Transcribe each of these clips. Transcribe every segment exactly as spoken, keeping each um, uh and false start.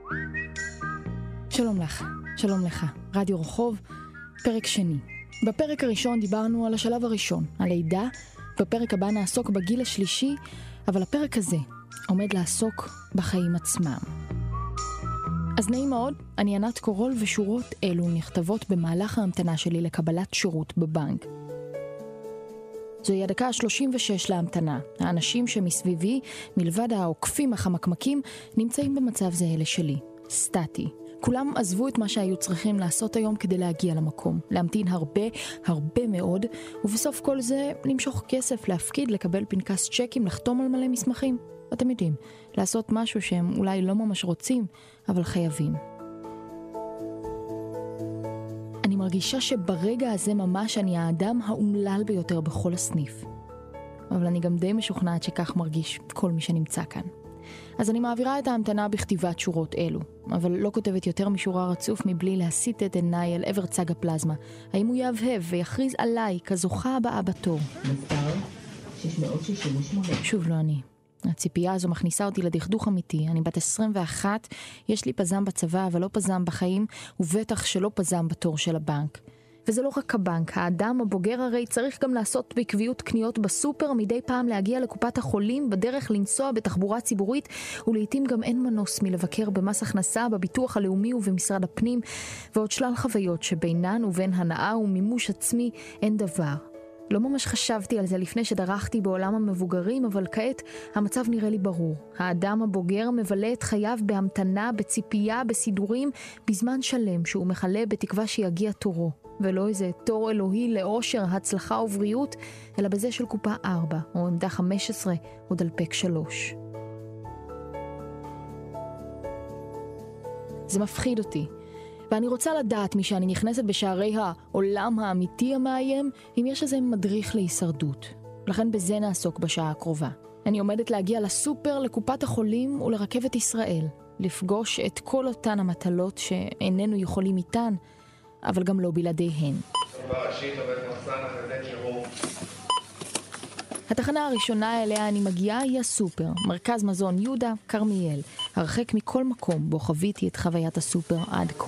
שלום לך, שלום לך, רדיו רחוב, פרק שני. בפרק הראשון דיברנו על השלב הראשון, הלידה, בפרק הבא נעסוק בגיל השלישי, אבל הפרק הזה עומד לעסוק בחיים עצמם. אז נעים מאוד, אני ענת קורול ושורות אלו נכתבות במהלך ההמתנה שלי לקבלת שירות בבנק. זוהי הדקה ה-שלושים ושש להמתנה. האנשים שמסביבי, מלבד העוקפים החמקמקים, נמצאים במצב זהה לשלי, סטטי. כולם עזבו את מה שהיו צריכים לעשות היום כדי להגיע למקום, להמתין הרבה, הרבה מאוד, ובסוף כל זה למשוך כסף, להפקיד, לקבל פנקס צ'קים, לחתום על מלא מסמכים. אתם יודעים, לעשות משהו שהם אולי לא ממש רוצים, אבל חייבים. אני מרגישה שברגע הזה ממש אני האדם האומלל ביותר בכל הסניף. אבל אני גם די משוכנעת שכך מרגיש כל מי שנמצא כאן. אז אני מעבירה את ההמתנה בכתיבת שורות אלו, אבל לא כותבת יותר משורה רצוף מבלי להסיט את עיניי אל עבר צג הפלזמה. האם הוא יהבהב ויכריז עליי כזוכה הבאה בתור? מספר שש מאות שישים ושמונה. שוב לא אני. הציפייה הזו מכניסה אותי לדכדוך אמיתי. אני בת עשרים ואחת, יש לי פזם בצבא אבל לא פזם בחיים, ובטח שלא פזם בתור של הבנק. וזה לא רק הבנק, האדם הבוגר הרי צריך גם לעשות בקביעות קניות בסופר, מדי פעם להגיע לקופת החולים, בדרך לנסוע בתחבורה ציבורית, ולעיתים גם אין מנוס מלבקר במס הכנסה, בביטוח הלאומי ובמשרד הפנים, ועוד שלל חוויות שבינן ובין הנאה ומימוש עצמי אין דבר. לא ממש חשבתי על זה לפני שדרכתי בעולם המבוגרים, אבל כעת המצב נראה לי ברור. האדם הבוגר מבלה את חייו בהמתנה, בציפייה, בסידורים, בזמן שלם שהוא מחלה בתקווה שיגיע תורו. ולא איזה תור אלוהי לאושר, הצלחה ובריאות, אלא בזה של קופה ארבע, או עמדה חמש עשרה, או דלפק שלוש. זה מפחיד אותי. ואני רוצה לדעת משאני נכנסת בשערי העולם האמיתי המאיים, אם יש איזה מדריך להישרדות. לכן בזה נעסוק בשעה הקרובה. אני עומדת להגיע לסופר, לקופת החולים ולרכבת ישראל, לפגוש את כל אותן המטלות שאיננו יכולים איתן, אבל גם לא בלעדיהן. התחנה הראשונה אליה אני מגיעה היא הסופר, מרכז מזון יהודה, קרמיאל, הרחק מכל מקום בו חוויתי את חוויית הסופר עד כה.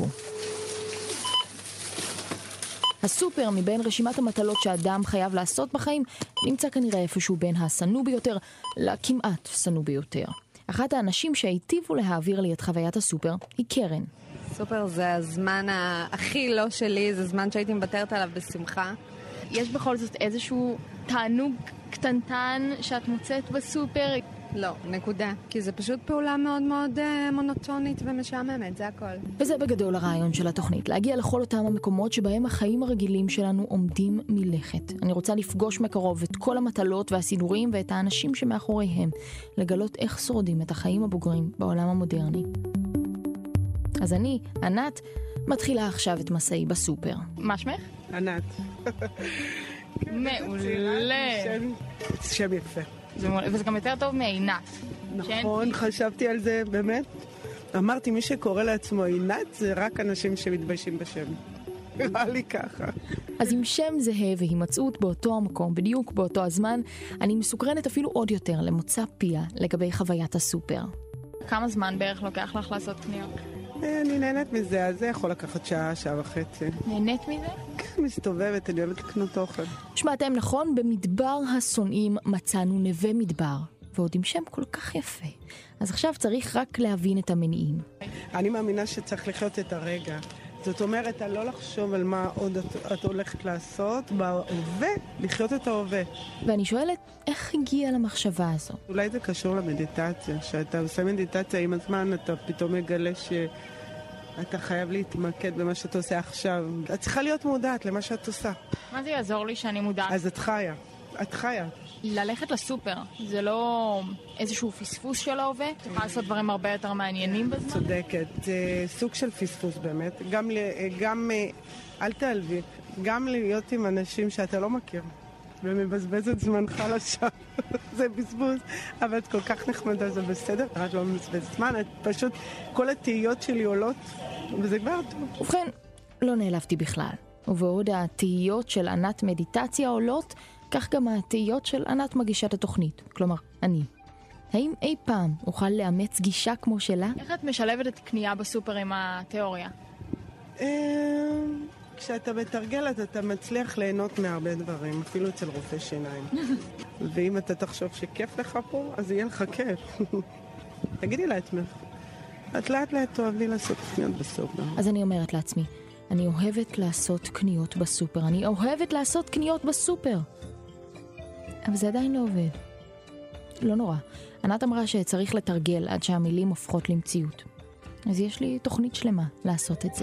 הסופר מבין רשימת המטלות שאדם חייב לעשות בחיים נמצא כנראה איפשהו בין הסנוא ביותר לכמעט סנוא ביותר. אחת האנשים שהיטיבו להעביר לי את חוויית הסופר היא קרן. סופר זה הזמן הכי לא שלי, זה זמן שהייתי מבטרת עליו בשמחה. יש בכל זאת איזשהו תענוג קטנטן שאת מוצאת בסופר? לא, נקודה. כי זה פשוט פעולה מאוד מאוד uh, מונוטונית ומשעממת, זה הכל. וזה בגדול הרעיון של התוכנית, להגיע לכל אותם המקומות שבהם החיים הרגילים שלנו עומדים מלכת. אני רוצה לפגוש מקרוב את כל המטלות והסידורים ואת האנשים שמאחוריהם, לגלות איך שורדים את החיים הבוגרים בעולם המודרני. אז אני, ענת, מתחילה עכשיו את מסעי בסופר. מה שמך? ענת. מעולה. שם יפה. וזה גם יותר טוב מעינת. נכון, חשבתי על זה באמת. אמרתי, מי שקורא לעצמו עינת זה רק אנשים שמתביישים בשם. נראה לי ככה. אז עם שם זהה והימצאות באותו המקום, בדיוק באותו הזמן, אני מסוקרנת אפילו עוד יותר למוצא פיה לגבי חוויית הסופר. כמה זמן בערך לוקח לך לעשות קניות? אני נהנית מזה, אז זה יכול לקחת שעה, שעה וחצי. נהנית מזה? כן, מסתובבת, אני אוהבת לקנות אוכל. שמעתם נכון, במדבר השונאים מצאנו נווה מדבר, ועוד עם שם כל כך יפה. אז עכשיו צריך רק להבין את המניעים. אני מאמינה שצריך לחיות את הרגע. זאת אומרת, לא לחשוב על מה עוד את, את הולכת לעשות, בהווה, לחיות את ההווה. ואני שואלת, איך הגיעה למחשבה הזו? אולי זה קשור למדיטציה, שאתה עושה מדיטציה עם הזמן, אתה פתאום מגלה שאתה חייב להתמקד במה שאתה עושה עכשיו. את צריכה להיות מודעת למה שאת עושה. מה זה יעזור לי שאני מודעת? אז את חיה, את חיה. ללכת לסופר, זה לא איזשהו פספוס של ההווה? אתה יכולה לעשות דברים הרבה יותר מעניינים בזמן? צודקת, זה סוג של פספוס באמת. גם, גם אל תעלבי, גם להיות עם אנשים שאתה לא מכיר. ומבזבז את זמנך לשם. זה בזבוז, אבל את כל כך נחמדה, זה בסדר. את לא מבזבז זמן, את פשוט, כל התהיות שלי עולות, וזה כבר טוב. ובכן, לא נעלבתי בכלל. ובעוד התהיות של ענת מדיטציה עולות, כך גם התהיות של ענת מגישת התוכנית. כלומר, אני. האם אי פעם אוכל לאמץ גישה כמו שלה? איך את משלבת את קנייה בסופר עם התיאוריה? כשאתה מתרגלת אתה מצליח ליהנות מהרבה דברים, אפילו אצל רופא שיניים. ואם אתה תחשוב שכיף לך פה, אז יהיה לך כיף. תגידי לעצמך, את לאט לאט תאהבי לעשות קניות בסופר. אז אני אומרת לעצמי, אני אוהבת לעשות קניות בסופר, אני אוהבת לעשות קניות בסופר. אבל זה עדיין לא עובד. לא נורא. ענת אמרה שצריך לתרגל עד שהמילים הופכות למציאות. אז יש לי תוכנית שלמה לעשות את זה.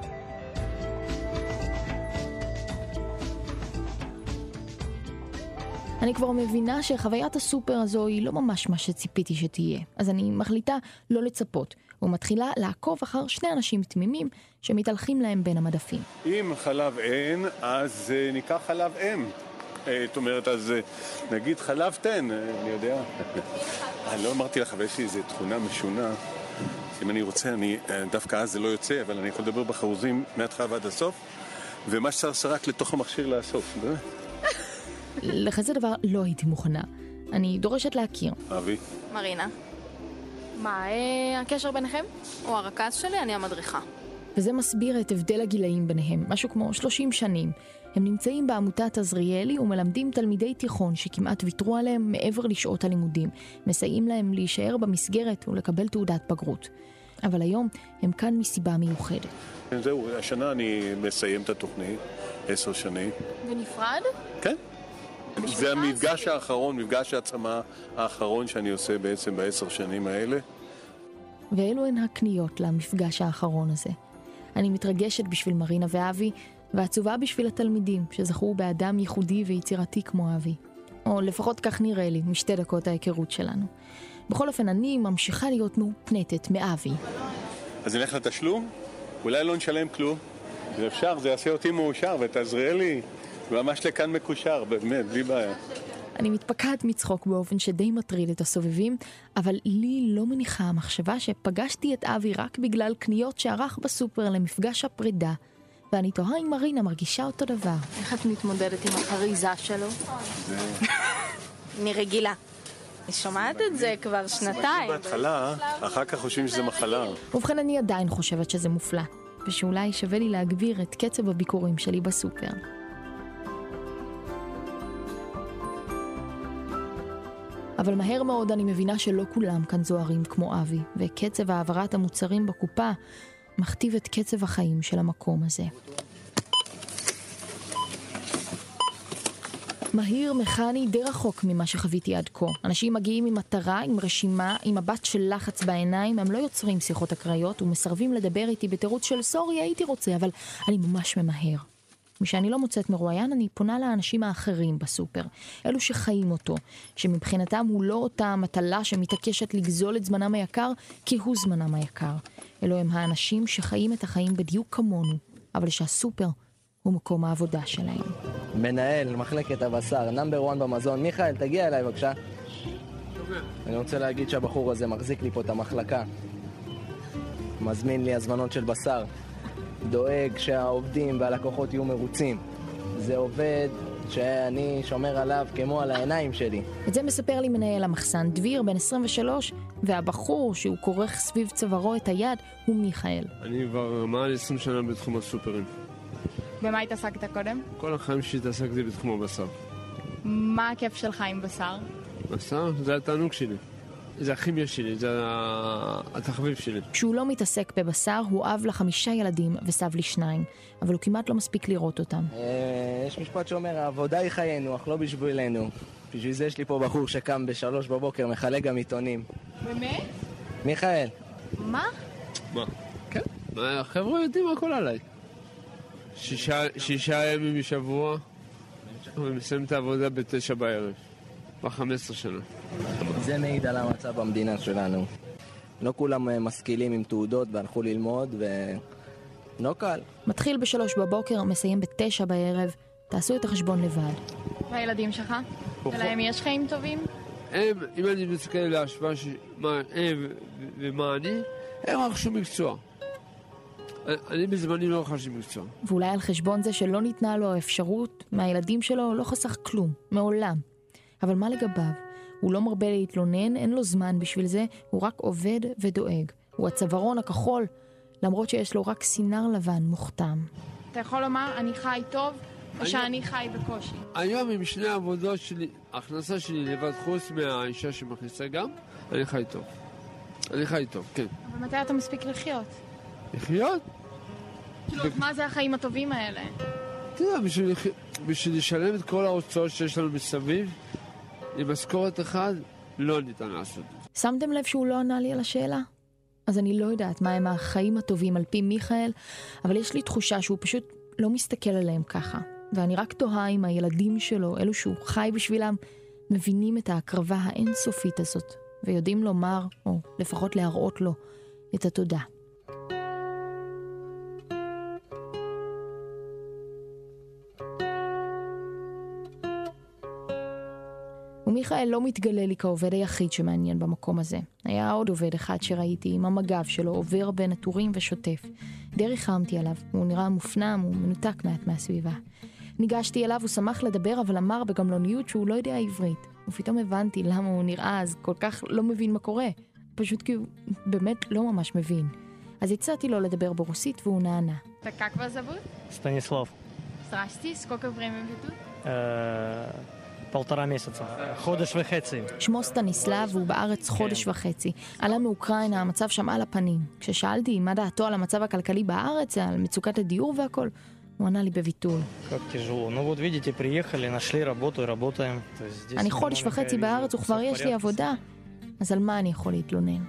אני כבר מבינה שחוויית הסופר הזו היא לא ממש מה שציפיתי שתהיה. אז אני מחליטה לא לצפות, ומתחילה לעקוב אחר שני אנשים תמימים שמתהלכים להם בין המדפים. אם חלב אין, אז uh, ניקח חלב אם. זאת אומרת, אז uh, נגיד חלב תן, אני יודע. אני לא אמרתי לך, אבל יש לי איזו תכונה משונה. אם אני רוצה, אני, דווקא אז זה לא יוצא, אבל אני יכול לדבר בחרוזים מההתחלה ועד הסוף, ומה שצריך רק לתוך המכשיר לאסוף, באמת. לכזה דבר לא הייתי מוכנה. אני דורשת להכיר. אבי. מרינה. מה, אה, הקשר ביניכם? הוא הרכז שלי, אני המדריכה. וזה מסביר את הבדל הגילאים ביניהם, משהו כמו שלושים שנים. הם נמצאים בעמותת עזריאלי ומלמדים תלמידי תיכון שכמעט ויתרו עליהם מעבר לשעות הלימודים. מסייעים להם להישאר במסגרת ולקבל תעודת בגרות. אבל היום הם כאן מסיבה מיוחדת. זהו, השנה אני מסיים את התוכנית, עשר שנים. ונפרד? כן. זה המפגש האחרון, מפגש העצמה האחרון שאני עושה בעצם בעשר שנים האלה. ואלו הן הקניות למפגש האחרון הזה. אני מתרגשת בשביל מרינה ואבי, ועצובה בשביל התלמידים שזכו באדם ייחודי ויצירתי כמו אבי. או לפחות כך נראה לי, משתי דקות ההיכרות שלנו. בכל אופן, אני ממשיכה להיות מאופנתת מאבי. אז נלך לתשלום? אולי לא נשלם כלום. זה אפשר, זה יעשה אותי מאושר, ותעזרי לי. ממש לכאן מקושר, באמת, בלי בעיה. אני מתפקעת מצחוק באופן שדי מטריד את הסובבים, אבל לי לא מניחה המחשבה שפגשתי את אבי רק בגלל קניות שערך בסופר למפגש הפרידה, ואני תוהה אם מרינה מרגישה אותו דבר. איך את מתמודדת עם החריזה שלו? אני רגילה. אני שומעת את זה כבר שנתיים. בהתחלה, אחר כך חושבים שזה מחלה. ובכן, אני עדיין חושבת שזה מופלא, ושאולי שווה לי להגביר את קצב הביקורים שלי בסופר. אבל מהר מאוד אני מבינה שלא כולם כאן זוהרים כמו אבי, וקצב העברת המוצרים בקופה מכתיב את קצב החיים של המקום הזה. מהיר, מכני, די רחוק ממה שחוויתי עד כה. אנשים מגיעים עם מטרה, עם רשימה, עם מבט של לחץ בעיניים, הם לא יוצרים שיחות אקראיות ומסרבים לדבר איתי בתירוץ של סורי, הייתי רוצה, אבל אני ממש ממהר. משאני לא מוצאת מרואיין, אני פונה לאנשים האחרים בסופר. אלו שחיים אותו, שמבחינתם הוא לא אותה מטלה שמתעקשת לגזול את זמנם היקר, כי הוא זמנם היקר. אלו הם האנשים שחיים את החיים בדיוק כמונו, אבל שהסופר הוא מקום העבודה שלהם. מנהל מחלקת הבשר, נאמבר אחת במזון, מיכאל, תגיע אליי בבקשה. אני רוצה להגיד שהבחור הזה מחזיק לי פה את המחלקה. מזמין לי הזמנות של בשר. דואג שהעובדים והלקוחות יהיו מרוצים. זה עובד שאני שומר עליו כמו על העיניים שלי. את זה מספר לי מנהל המחסן דביר בן עשרים ושלוש, והבחור שהוא כורך סביב צווארו את היד הוא מיכאל. אני כבר מעל עשרים שנה בתחום הסופרים. במה התעסקת קודם? כל החיים שהתעסקתי בתחום הבשר. מה הכיף שלך עם בשר? בשר? זה התענוג שלי. זה הכימיה שלי, זה התחביב שלי. כשהוא לא מתעסק בבשר, הוא אב לחמישה ילדים וסב לשניים, אבל הוא כמעט לא מספיק לראות אותם. יש משפט שאומר, העבודה היא חיינו, אך לא בשבילנו. בשביל זה יש לי פה בחור שקם בשלוש בבוקר, מחלק גם עיתונים. באמת? מיכאל. מה? מה? כן. החבר'ה יודעים הכל עליי. שישה, שישה ימים בשבוע, ומסיים את העבודה בתשע בערב. ב-חמש עשרה שנה. זה מעיד על המצב במדינה שלנו. לא כולם משכילים עם תעודות והלכו ללמוד, ולא קל. מתחיל בשלוש בבוקר, מסיים בתשע בערב. תעשו את החשבון לבד. והילדים שלך? ולהם יש חיים טובים? הם, אם אני מסתכל להשוואה מה הם ומה אני, הם רכשו מקצוע. אני בזמני לא רכשתי מקצוע. ואולי על חשבון זה שלא ניתנה לו האפשרות מהילדים שלו, לא חסך כלום, מעולם. אבל מה לגביו? הוא לא מרבה להתלונן, אין לו זמן בשביל זה, הוא רק עובד ודואג. הוא הצווארון הכחול, למרות שיש לו רק סינר לבן מוכתם. אתה יכול לומר, אני חי טוב, או שאני חי בקושי? היום עם שני העבודות שלי, ההכנסה שלי לבד חוץ מהאישה שמכניסה גם, אני חי טוב. אני חי טוב, כן. אבל מתי אתה מספיק לחיות? לחיות? כאילו, מה זה החיים הטובים האלה? אתה יודע, בשביל, בשביל לשלם את כל ההוצאות שיש לנו מסביב, עם משכורת אחד, לא ניתן לעשות את זה. שמתם לב שהוא לא ענה לי על השאלה? אז אני לא יודעת מה הם החיים הטובים על פי מיכאל, אבל יש לי תחושה שהוא פשוט לא מסתכל עליהם ככה. ואני רק תוהה אם הילדים שלו, אלו שהוא חי בשבילם, מבינים את ההקרבה האינסופית הזאת, ויודעים לומר, או לפחות להראות לו, את התודה. ומיכאל לא מתגלה לי כעובד היחיד שמעניין במקום הזה. היה עוד עובד אחד שראיתי עם המגב שלו עובר בין הטורים ושוטף. די ריחמתי עליו, הוא נראה מופנם, הוא מנותק מעט מהסביבה. ניגשתי אליו, הוא שמח לדבר, אבל אמר בגמלוניות שהוא לא יודע עברית. ופתאום הבנתי למה הוא נראה אז כל כך לא מבין מה קורה. פשוט כי הוא באמת לא ממש מבין. אז הצעתי לו לדבר ברוסית והוא נענה. אתה как вас зовут? Станислав. Здрасте, сколько времени вы тут? полтора месяца. חודש וחצי. שמו סטניסלב והוא בארץ חודש וחצי. עלה מאוקראינה, המצב שם על הפנים. כששאלתי מה דעתו על המצב הכלכלי בארץ, על מצוקת הדיור והכל, הוא ענה לי בביטול. אני חודש וחצי בארץ וכבר יש לי עבודה, אז על מה אני יכול להתלונן?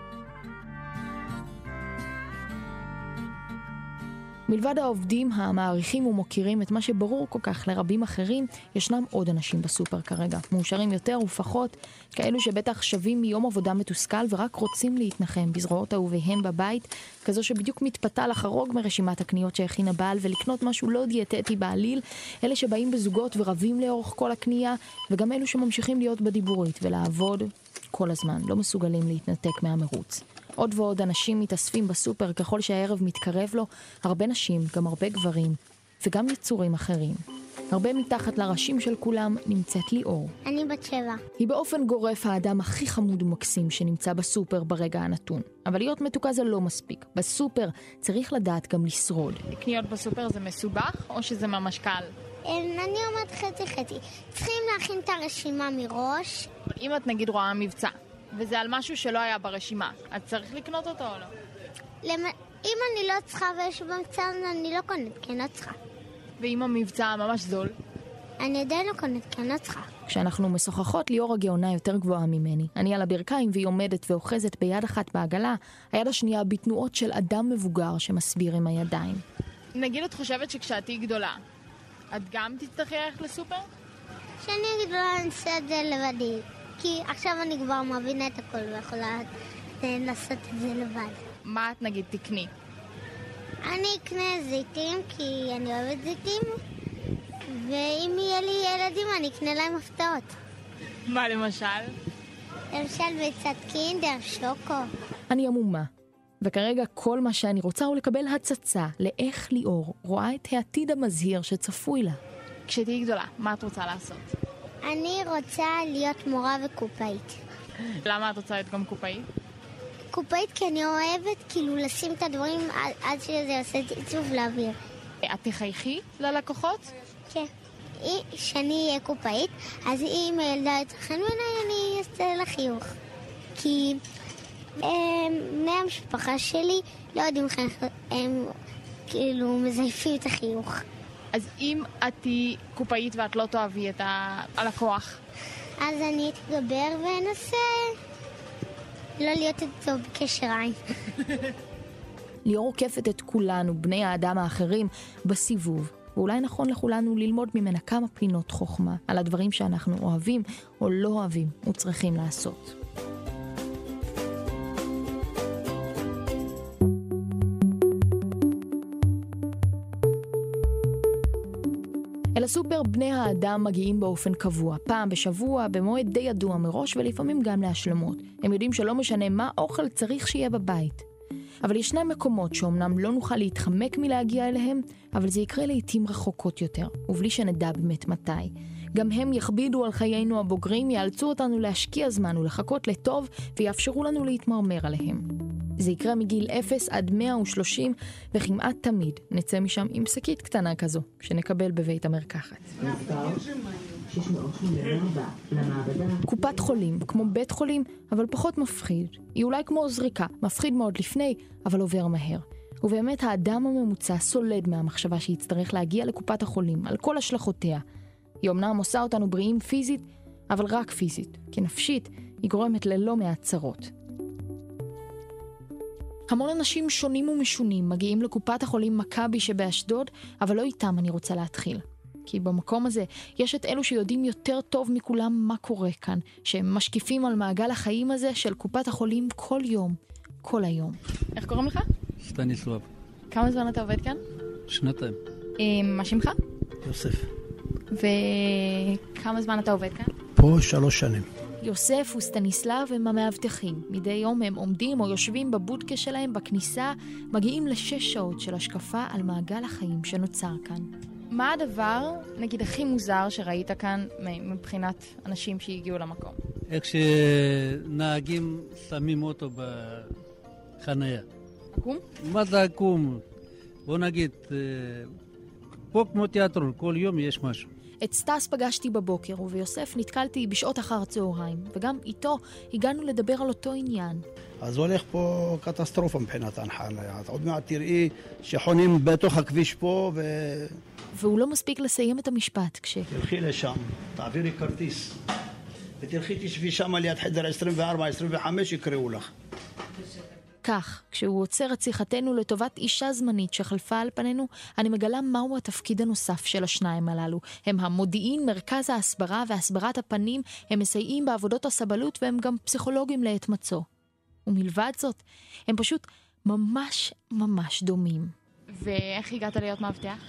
מלבד העובדים המעריכים ומוכירים את מה שברור כל כך לרבים אחרים, ישנם עוד אנשים בסופר כרגע, מאושרים יותר ופחות, כאלו שבטח שווים מיום עבודה מתוסכל ורק רוצים להתנחם בזרועות אהוביהם בבית, כזו שבדיוק מתפתה לחרוג מרשימת הקניות שהכינה בעל ולקנות משהו לא דיאטטי בעליל, אלה שבאים בזוגות ורבים לאורך כל הקנייה, וגם אלו שממשיכים להיות בדיבורית ולעבוד כל הזמן, לא מסוגלים להתנתק מהמרוץ. עוד ועוד אנשים מתאספים בסופר ככל שהערב מתקרב לו, הרבה נשים, גם הרבה גברים, וגם יצורים אחרים. הרבה מתחת לראשים של כולם נמצאת ליאור. אני בת שבע. היא באופן גורף האדם הכי חמוד ומקסים שנמצא בסופר ברגע הנתון. אבל להיות מתוקה זה לא מספיק. בסופר צריך לדעת גם לשרוד. קניות בסופר זה מסובך או שזה ממש קל? אני אומרת חצי חצי. צריכים להכין את הרשימה מראש. אם את נגיד רואה מבצע, וזה על משהו שלא היה ברשימה, את צריך לקנות אותו או לא? למ... אם אני לא צריכה ויש במבצע, אני לא קונת, כי אני לא צריכה. ואם המבצע ממש זול? אני עדיין לא קונת, כי אני לא צריכה. כשאנחנו משוחחות, ליאור הגאונה יותר גבוהה ממני. אני על הברכיים והיא עומדת ואוחזת ביד אחת בעגלה, היד השנייה בתנועות של אדם מבוגר שמסביר עם הידיים. נגיד את חושבת שכשאתי גדולה, את גם תצטרכי ללכת לסופר? כשאני גדולה אני אעשה את זה לבדי. כי עכשיו אני כבר מבינה את הכל ויכולה לעשות את זה לבד. מה את נגיד תקני? אני אקנה זיתים כי אני אוהבת זיתים, ואם יהיה לי ילדים אני אקנה להם הפתעות. מה למשל? למשל ביצת קינדר, שוקו. אני עמומה, וכרגע כל מה שאני רוצה הוא לקבל הצצה לאיך ליאור רואה את העתיד המזהיר שצפוי לה. כשתהיי גדולה, מה את רוצה לעשות? אני רוצה להיות מורה וקופאית. למה את רוצה להיות גם קופאית? קופאית כי אני אוהבת כאילו לשים את הדברים עד, עד שזה עושה עיצוב לאוויר. את תחייכי ללקוחות? כן. שאני אהיה קופאית, אז אם הילדה יתכן ממני אני אעשה לה חיוך. כי בני המשפחה שלי לא יודעים איך הם כאילו מזייפים את החיוך. אז אם את תהיי קופאית ואת לא תאהבי את הלקוח? אז אני אתגבר ואנסה לא להיות איתו בקשר עין. ליאור עוקפת את כולנו, בני האדם האחרים, בסיבוב. ואולי נכון לכולנו ללמוד ממנה כמה פינות חוכמה על הדברים שאנחנו אוהבים או לא אוהבים וצריכים לעשות. אל הסופר בני האדם מגיעים באופן קבוע, פעם בשבוע, במועד די ידוע מראש ולפעמים גם להשלמות. הם יודעים שלא משנה מה אוכל צריך שיהיה בבית. אבל ישנם מקומות שאומנם לא נוכל להתחמק מלהגיע אליהם, אבל זה יקרה לעתים רחוקות יותר, ובלי שנדע באמת מתי. גם הם יכבידו על חיינו הבוגרים, יאלצו אותנו להשקיע זמן ולחכות לטוב, ויאפשרו לנו להתמרמר עליהם. זה יקרה מגיל אפס עד מאה ושלושים, וכמעט תמיד נצא משם עם שקית קטנה כזו, שנקבל בבית המרקחת. קופת חולים, כמו בית חולים, אבל פחות מפחיד. היא אולי כמו זריקה, מפחיד מאוד לפני, אבל עובר מהר. ובאמת האדם הממוצע סולד מהמחשבה שיצטרך להגיע לקופת החולים, על כל השלכותיה. היא אמנם עושה אותנו בריאים פיזית, אבל רק פיזית, כי נפשית היא גורמת ללא מעט צרות. המון אנשים שונים ומשונים מגיעים לקופת החולים מכבי שבאשדוד, אבל לא איתם אני רוצה להתחיל. כי במקום הזה יש את אלו שיודעים יותר טוב מכולם מה קורה כאן, שהם משקיפים על מעגל החיים הזה של קופת החולים כל יום, כל היום. איך קוראים לך? סטניסלב. כמה זמן אתה עובד כאן? שנתיים. מה שמך? יוסף. וכמה זמן אתה עובד כאן? פה שלוש שנים. יוסף וסטניסלב הם המאבטחים. מדי יום הם עומדים או יושבים בבודקה שלהם בכניסה, מגיעים לשש שעות של השקפה על מעגל החיים שנוצר כאן. מה הדבר, נגיד, הכי מוזר שראית כאן מבחינת אנשים שהגיעו למקום? איך שנהגים שמים אוטו בחניה. עקום? מה זה עקום? בוא נגיד, פה כמו תיאטרון, כל יום יש משהו. את סטס פגשתי בבוקר, וביוסף נתקלתי בשעות אחר הצהריים, וגם איתו הגענו לדבר על אותו עניין. אז הולך פה קטסטרופה מבחינת החניה. עוד מעט תראי שחונים בתוך הכביש פה ו... והוא לא מספיק לסיים את המשפט כש... תלכי לשם, תעבירי כרטיס, ותלכי תשבי שם ליד חדר עשרים וארבע עשרים וחמש יקראו לך. כך, כשהוא עוצר את שיחתנו לטובת אישה זמנית שחלפה על פנינו, אני מגלה מהו התפקיד הנוסף של השניים הללו. הם המודיעין, מרכז ההסברה והסברת הפנים, הם מסייעים בעבודות הסבלות והם גם פסיכולוגים לעת מצוא. ומלבד זאת, הם פשוט ממש ממש דומים. ואיך הגעת להיות מאבטח?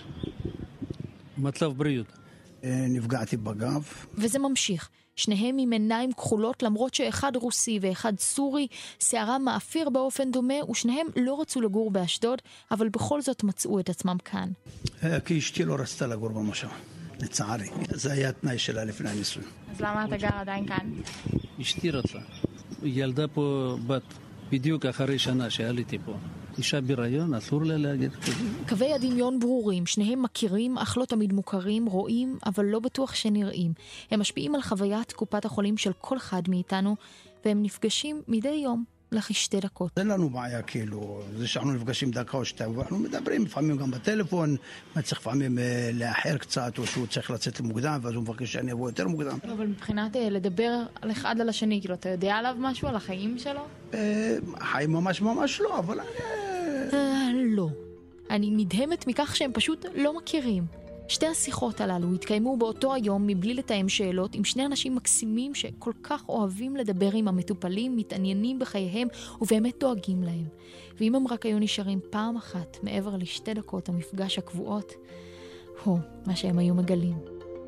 מצב בריאות. נפגעתי בגב. וזה ממשיך. שניהם עם עיניים כחולות, למרות שאחד רוסי ואחד סורי, שערה מאפיר באופן דומה, ושניהם לא רצו לגור באשדוד, אבל בכל זאת מצאו את עצמם כאן. כי אשתי לא רצתה לגור במושב, לצערי. זה היה התנאי שלה לפני הניסוי. אז למה אתה גר עדיין כאן? אשתי רצה. ילדה פה בת בדיוק אחרי שנה שעליתי פה. אישה בהיריון, אסור לה להגיד כזה. קווי הדמיון ברורים, שניהם מכירים, אך לא תמיד מוכרים, רואים, אבל לא בטוח שנראים. הם משפיעים על חוויית קופת החולים של כל אחד מאיתנו, והם נפגשים מדי יום לכי שתי דקות. אין לנו בעיה, כאילו, זה שאנחנו נפגשים דקה או שתיים, ואנחנו מדברים לפעמים גם בטלפון, מה צריך לפעמים לאחר קצת, או שהוא צריך לצאת למוקדם, ואז הוא מבקש שאני אבוא יותר מוקדם. אבל מבחינת לדבר על אחד על השני, כאילו, אתה יודע עליו משהו, על החיים שלו? החיים ממש ממש לא, אבל... לא. אני נדהמת מכך שהם פשוט לא מכירים. שתי השיחות הללו התקיימו באותו היום מבלי לתאם שאלות עם שני אנשים מקסימים שכל כך אוהבים לדבר עם המטופלים, מתעניינים בחייהם ובאמת דואגים להם. ואם הם רק היו נשארים פעם אחת מעבר לשתי דקות המפגש הקבועות, הו, מה שהם היו מגלים.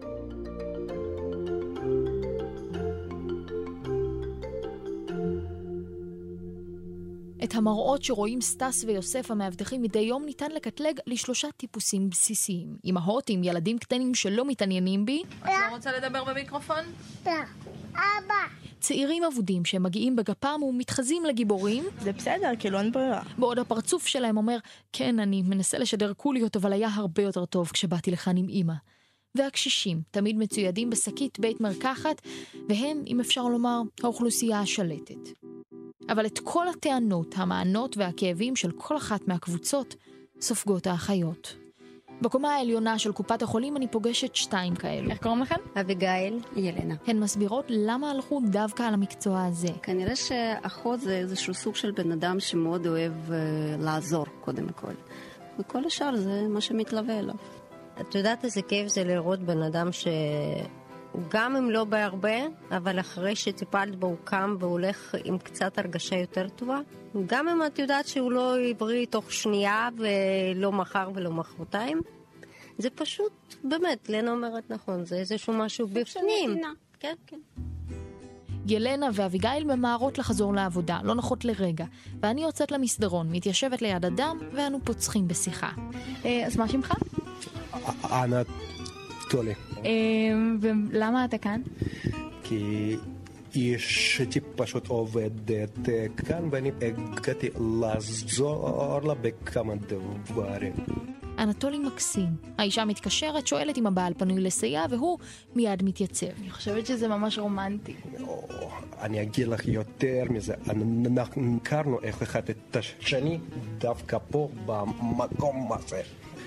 את המראות שרואים סטס ויוסף המאבטחים מדי יום ניתן לקטלג לשלושה טיפוסים בסיסיים. אמהות עם ילדים קטנים שלא מתעניינים בי. את לא רוצה לדבר במיקרופון? לא. אבא. צעירים אבודים שמגיעים בגפם ומתחזים לגיבורים. זה בסדר, כאילו אין ברירה. בעוד הפרצוף שלהם אומר, כן, אני מנסה לשדר קוליות, אבל היה הרבה יותר טוב כשבאתי לכאן עם אמא. והקשישים תמיד מצוידים בשקית בית מרקחת, והם, אם אפשר לומר, האוכלוסייה השלטת. אבל את כל הטענות, המענות והכאבים של כל אחת מהקבוצות סופגות האחיות. בקומה העליונה של קופת החולים אני פוגשת שתיים כאלו. איך קוראים לכם? אביגיל, ילנה. הן מסבירות למה הלכו דווקא על המקצוע הזה. כנראה שאחות זה איזשהו סוג של בן אדם שמאוד אוהב uh, לעזור קודם כל. וכל השאר זה מה שמתלווה אליו. את יודעת איזה כיף זה לראות בן אדם ש... גם אם לא בהרבה, אבל אחרי שטיפלת בו הוא קם והולך עם קצת הרגשה יותר טובה. גם אם את יודעת שהוא לא יבריא תוך שנייה ולא מחר ולא מחרתיים. זה פשוט, באמת, לנה אומרת נכון, זה איזשהו משהו בפנים. כן, כן. ילנה ואביגיל ממהרות לחזור לעבודה, לא נחות לרגע. ואני יוצאת למסדרון, מתיישבת ליד אדם, ואנו פוצחים בשיחה. אז מה שמך? ענת. טולי. ולמה אתה כאן? כי אשתי פשוט עובדת כאן, ואני הגעתי לעזור לה בכמה דברים. אנטולי מקסים. האישה מתקשרת, שואלת אם הבעל פנוי לסייע, והוא מיד מתייצב. אני חושבת שזה ממש רומנטי. אני אגיד לך יותר מזה, אנחנו הכרנו אחד את השני דווקא פה במקום הזה.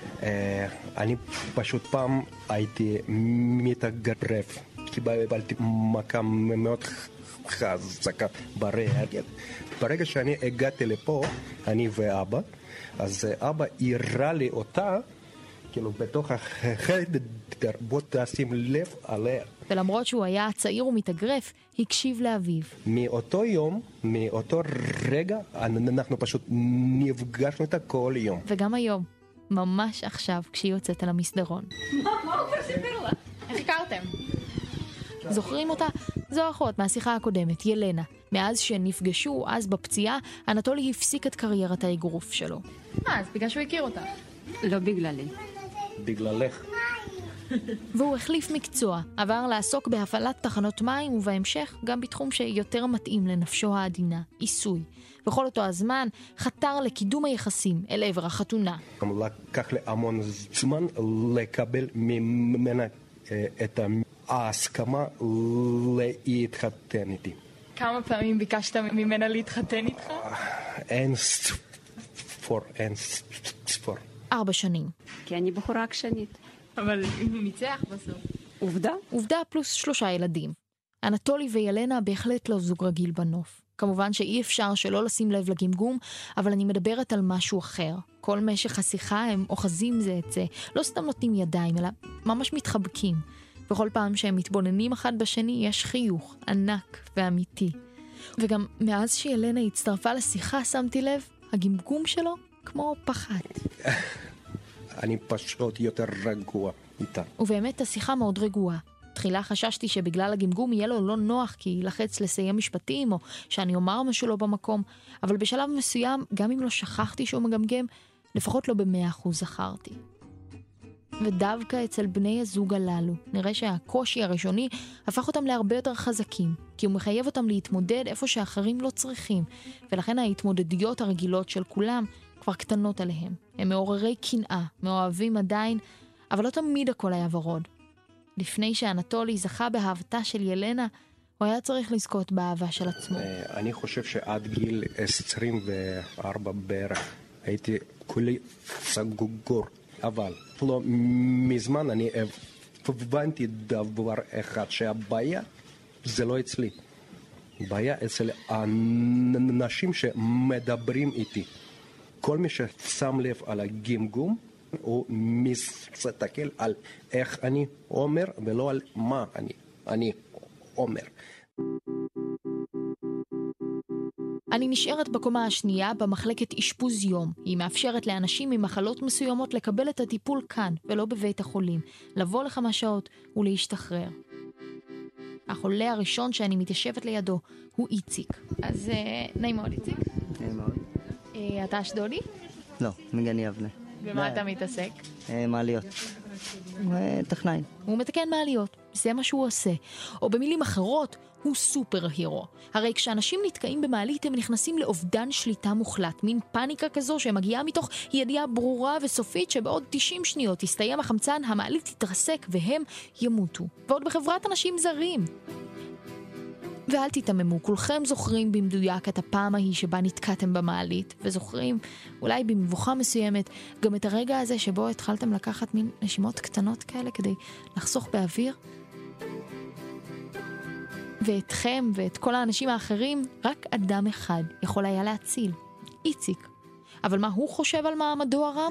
אני פשוט פעם הייתי מתאגרף, קיבלתי מכה מאוד חזקה ברגל. ברגע שאני הגעתי לפה, אני ואבא, אז אבא הראה לי אותה, כאילו בתוך החדר, בוא תשים לב עליה. ולמרות שהוא היה צעיר ומתאגרף, הקשיב לאביו. מאותו יום, מאותו רגע, אנחנו פשוט נפגשנו איתה כל יום. וגם היום, ממש עכשיו, כשהיא יוצאת על המסדרון. מה הוא כבר סיפר לה? איך הכרתם? זוכרים אותה? זו אחות מהשיחה הקודמת, ילנה. מאז שנפגשו, אז בפציעה, אנטולי הפסיק את קריירת האגרוף שלו. אה, אז בגלל שהוא הכיר אותה. לא בגללי. בגללך. והוא החליף מקצוע, עבר לעסוק בהפעלת תחנות מים, ובהמשך גם בתחום שיותר מתאים לנפשו העדינה, עיסוי. בכל אותו הזמן חתר לקידום היחסים אל עבר החתונה. לקח לי המון זמן לקבל ממנה את ההסכמה להתחתן איתי. כמה פעמים ביקשת ממנה להתחתן איתך? אין ספור, אין ספור. ארבע שנים. כי אני בחורה עקשנית. אבל הוא ניצח בסוף. עובדה? עובדה פלוס שלושה ילדים. אנטולי וילנה בהחלט לא זוג רגיל בנוף. כמובן שאי אפשר שלא לשים לב לגמגום, אבל אני מדברת על משהו אחר. כל משך השיחה הם אוחזים זה את זה. לא סתם נותנים ידיים, אלא ממש מתחבקים. וכל פעם שהם מתבוננים אחד בשני, יש חיוך ענק ואמיתי. וגם מאז שילנה הצטרפה לשיחה, שמתי לב, הגמגום שלו כמו פחת. אני פשוט יותר רגוע איתה. ובאמת השיחה מאוד רגועה. תחילה חששתי שבגלל הגמגום יהיה לו לא נוח כי לחץ לסיים משפטים או שאני אומר משהו לא במקום, אבל בשלב מסוים, גם אם לא שכחתי שהוא מגמגם, לפחות לא במאה אחוז זכרתי. ודווקא אצל בני הזוג הללו, נראה שהקושי הראשוני הפך אותם להרבה יותר חזקים, כי הוא מחייב אותם להתמודד איפה שאחרים לא צריכים, ולכן ההתמודדויות הרגילות של כולם כבר קטנות עליהם. הם מעוררי קנאה, מאוהבים עדיין, אבל לא תמיד הכל היה ורוד. לפני שאנטולי זכה באהבתה של ילנה, הוא היה צריך לזכות באהבה של עצמו. אני חושב שעד גיל עשרים וארבע בערך הייתי כולי סגור, אבל לא מזמן אני הבנתי דבר אחד, שהבעיה זה לא אצלי. בעיה אצל האנשים שמדברים איתי. כל מי ששם לב על הגמגום, הוא מסתכל על איך אני אומר, ולא על מה אני, אני אומר. אני נשארת בקומה השנייה במחלקת אשפוז יום. היא מאפשרת לאנשים עם מחלות מסוימות לקבל את הטיפול כאן, ולא בבית החולים, לבוא לכמה שעות ולהשתחרר. החולה הראשון שאני מתיישבת לידו הוא איציק. אז נעים מאוד איציק. נעים מאוד. אתה אשדודי? לא, מגן יבנה. במה אתה מתעסק? מעליות. טכנאי. הוא מתקן מעליות, זה מה שהוא עושה. או במילים אחרות, הוא סופר הירו. הרי כשאנשים נתקעים במעלית הם נכנסים לאובדן שליטה מוחלט, מין פאניקה כזו שמגיעה מתוך ידיעה ברורה וסופית שבעוד תשעים שניות יסתיים החמצן, המעלית תתרסק והם ימותו. ועוד בחברת אנשים זרים. ואל תתממו, כולכם זוכרים במדויק את הפעם ההיא שבה נתקעתם במעלית, וזוכרים, אולי במבוכה מסוימת, גם את הרגע הזה שבו התחלתם לקחת מין נשימות קטנות כאלה כדי לחסוך באוויר. ואתכם ואת כל האנשים האחרים, רק אדם אחד יכול היה להציל, איציק. אבל מה הוא חושב על מעמדו הרם?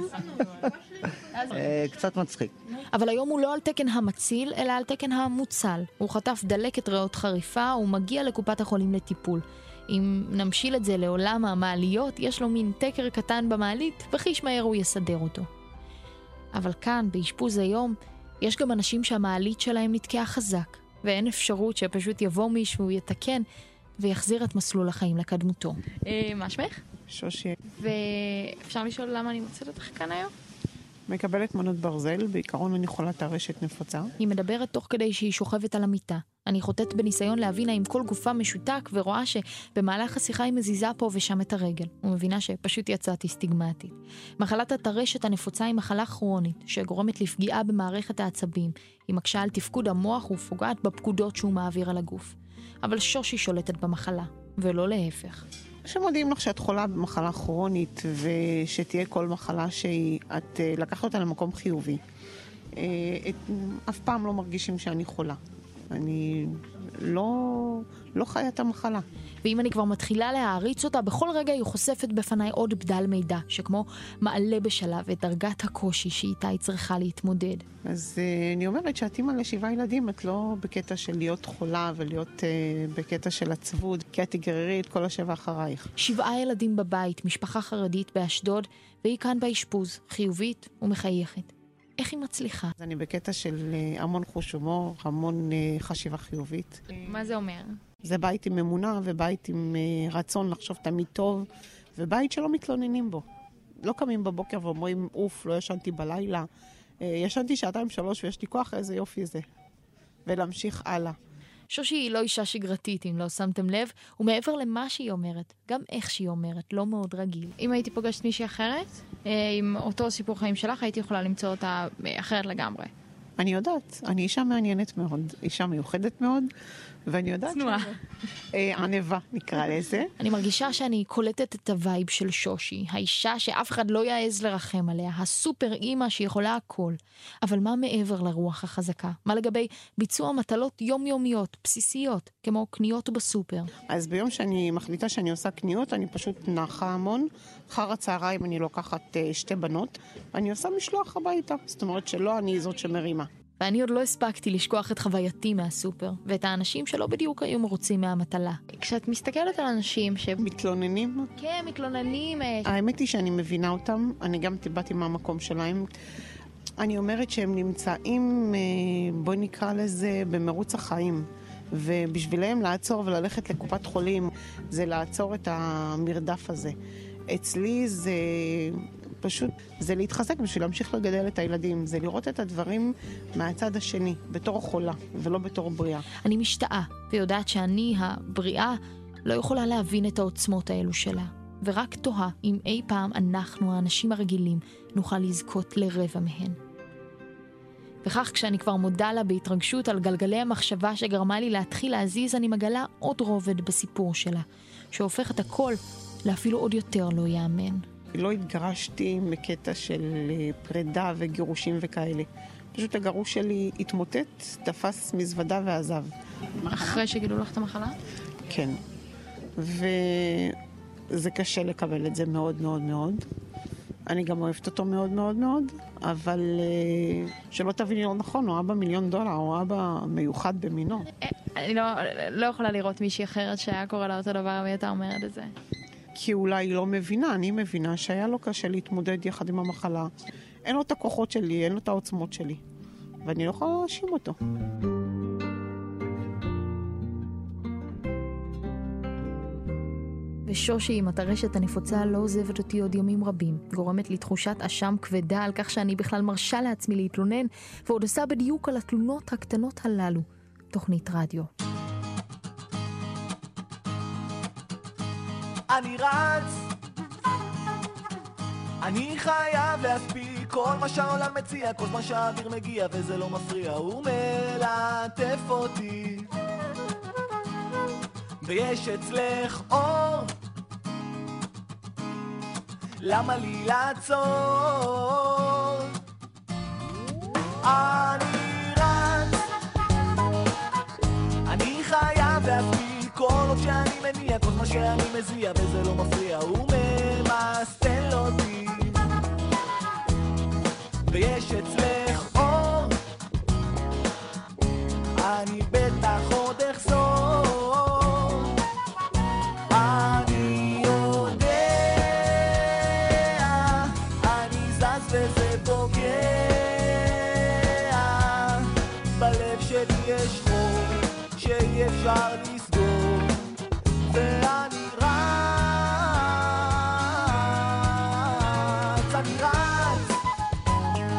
קצת מצחיק. אבל היום הוא לא על תקן המציל, אלא על תקן המוצל. הוא חטף דלקת ריאות חריפה, הוא מגיע לקופת החולים לטיפול. אם נמשיל את זה לעולם המעליות, יש לו מין תקר קטן במעלית, וחיש מהר הוא יסדר אותו. אבל כאן, באשפוז היום, יש גם אנשים שהמעלית שלהם נתקעה חזק, ואין אפשרות שפשוט יבוא מישהו, יתקן, ויחזיר את מסלול החיים לקדמותו. מה שמך? שושי. ואפשר לשאול למה אני מוצאת אותך כאן היום? מקבלת מנות ברזל, בעיקרון אני חולת טרשת נפוצה. היא מדברת תוך כדי שהיא שוכבת על המיטה. אני חוטאת בניסיון להבין האם כל גופה משותק ורואה שבמהלך השיחה היא מזיזה פה ושם את הרגל. ומבינה שפשוט יצאתי סטיגמטית. מחלת הטרשת הנפוצה היא מחלה כרונית שגורמת לפגיעה במערכת העצבים. היא מקשה על תפקוד המוח ופוגעת בפקודות שהוא מעביר על הגוף. אבל שושי שולטת במחלה, ולא להפך. שמודיעים לך שאת חולה במחלה כרונית ושתהיה כל מחלה שאת לקחת אותה למקום חיובי. אף פעם לא מרגישים שאני חולה. אני לא, לא חיה את המחלה. ואם אני כבר מתחילה להעריץ אותה, בכל רגע היא חושפת בפניי עוד בדל מידע, שכמו מעלה בשלב את דרגת הקושי שאיתה היא צריכה להתמודד. אז uh, אני אומרת שאת אימא לשבעה ילדים, את לא בקטע של להיות חולה ולהיות uh, בקטע של עצבות, כי את תגררי את כל השבע אחרייך. שבעה ילדים בבית, משפחה חרדית באשדוד, והיא כאן באשפוז, חיובית ומחייכת. איך היא מצליחה? אז אני בקטע של המון חוש הומור, המון חשיבה חיובית. מה זה אומר? זה בית עם אמונה ובית עם רצון לחשוב תמיד טוב, ובית שלא מתלוננים בו. לא קמים בבוקר ואומרים, אוף, לא ישנתי בלילה. ישנתי שעתיים שלוש ויש לי כוח, איזה יופי זה. ולהמשיך הלאה. שושי היא לא אישה שגרתית, אם לא שמתם לב, ומעבר למה שהיא אומרת, גם איך שהיא אומרת, לא מאוד רגיל. אם הייתי פוגשת מישהי אחרת, עם אותו סיפור חיים שלך, הייתי יכולה למצוא אותה אחרת לגמרי. אני יודעת, אני אישה מעניינת מאוד, אישה מיוחדת מאוד, ואני יודעת צנועה. ענבה נקרא לזה. אני מרגישה שאני קולטת את הווייב של שושי, האישה שאף אחד לא יעז לרחם עליה, הסופר אימא שיכולה הכל. אבל מה מעבר לרוח החזקה? מה לגבי ביצוע מטלות יומיומיות, בסיסיות, כמו קניות בסופר? אז ביום שאני מחליטה שאני עושה קניות, אני פשוט נחה המון. אחר הצהריים אני לוקחת שתי בנות, ואני עושה משלוח הביתה. זאת אומרת שלא אני זאת שמרימה. ואני עוד לא הספקתי לשכוח את חווייתי מהסופר, ואת האנשים שלא בדיוק היו מרוצים מהמטלה. כשאת מסתכלת על אנשים ש... מתלוננים? כן, מתלוננים. האמת היא שאני מבינה אותם, אני גם באתי מהמקום שלהם. אני אומרת שהם נמצאים, בואי נקרא לזה, במרוץ החיים. ובשבילם לעצור וללכת לקופת חולים, זה לעצור את המרדף הזה. אצלי זה... פשוט זה להתחזק בשביל להמשיך לגדל את הילדים, זה לראות את הדברים מהצד השני, בתור חולה ולא בתור בריאה. אני משתאה ויודעת שאני, הבריאה, לא יכולה להבין את העוצמות האלו שלה, ורק תוהה אם אי פעם אנחנו, האנשים הרגילים, נוכל לזכות לרבע מהן. וכך כשאני כבר מודה לה בהתרגשות על גלגלי המחשבה שגרמה לי להתחיל להזיז, אני מגלה עוד רובד בסיפור שלה, שהופך את הכל לאפילו עוד יותר לא יאמן. לא התגרשתי מקטע של פרידה וגירושים וכאלה. פשוט הגרוש שלי התמוטט, תפס מזוודה ועזב. אחרי שגילו לך את המחלה? כן. וזה קשה לקבל את זה מאוד מאוד מאוד. אני גם אוהבת אותו מאוד מאוד מאוד, אבל שלא תביני לא נכון, הוא אבא מיליון דולר, הוא אבא מיוחד במינו. אני לא, לא יכולה לראות מישהי אחרת שהיה קורא לה אותו דבר, והיא הייתה אומרת את זה. כי אולי היא לא מבינה, אני מבינה שהיה לו קשה להתמודד יחד עם המחלה. אין לו את הכוחות שלי, אין לו את העוצמות שלי. ואני לא יכולה להאשים אותו. ושושי עם הטרשת הנפוצה לא עוזבת אותי עוד ימים רבים. גורמת לי תחושת אשם כבדה על כך שאני בכלל מרשה לעצמי להתלונן, ועוד עושה בדיוק על התלונות הקטנות הללו. תוכנית רדיו. אני רץ, אני חייב להספיק כל מה שהעולם מציע, כל מה שהאוויר מגיע וזה לא מפריע, הוא מלטף אותי. ויש אצלך אור, למה לי לעצור? אני רץ, אני חייב להספיק כל עוד שאני מניע, כל מה שאני מזיע וזה לא מפריע, הוא ממסטל אותי. ויש אצלך אור, אני בטח עוד אחזור. אני יודע, אני זז וזה פוגע, בלב שלי יש חור שאי אפשר לסגור, ואני רץ, אני רץ,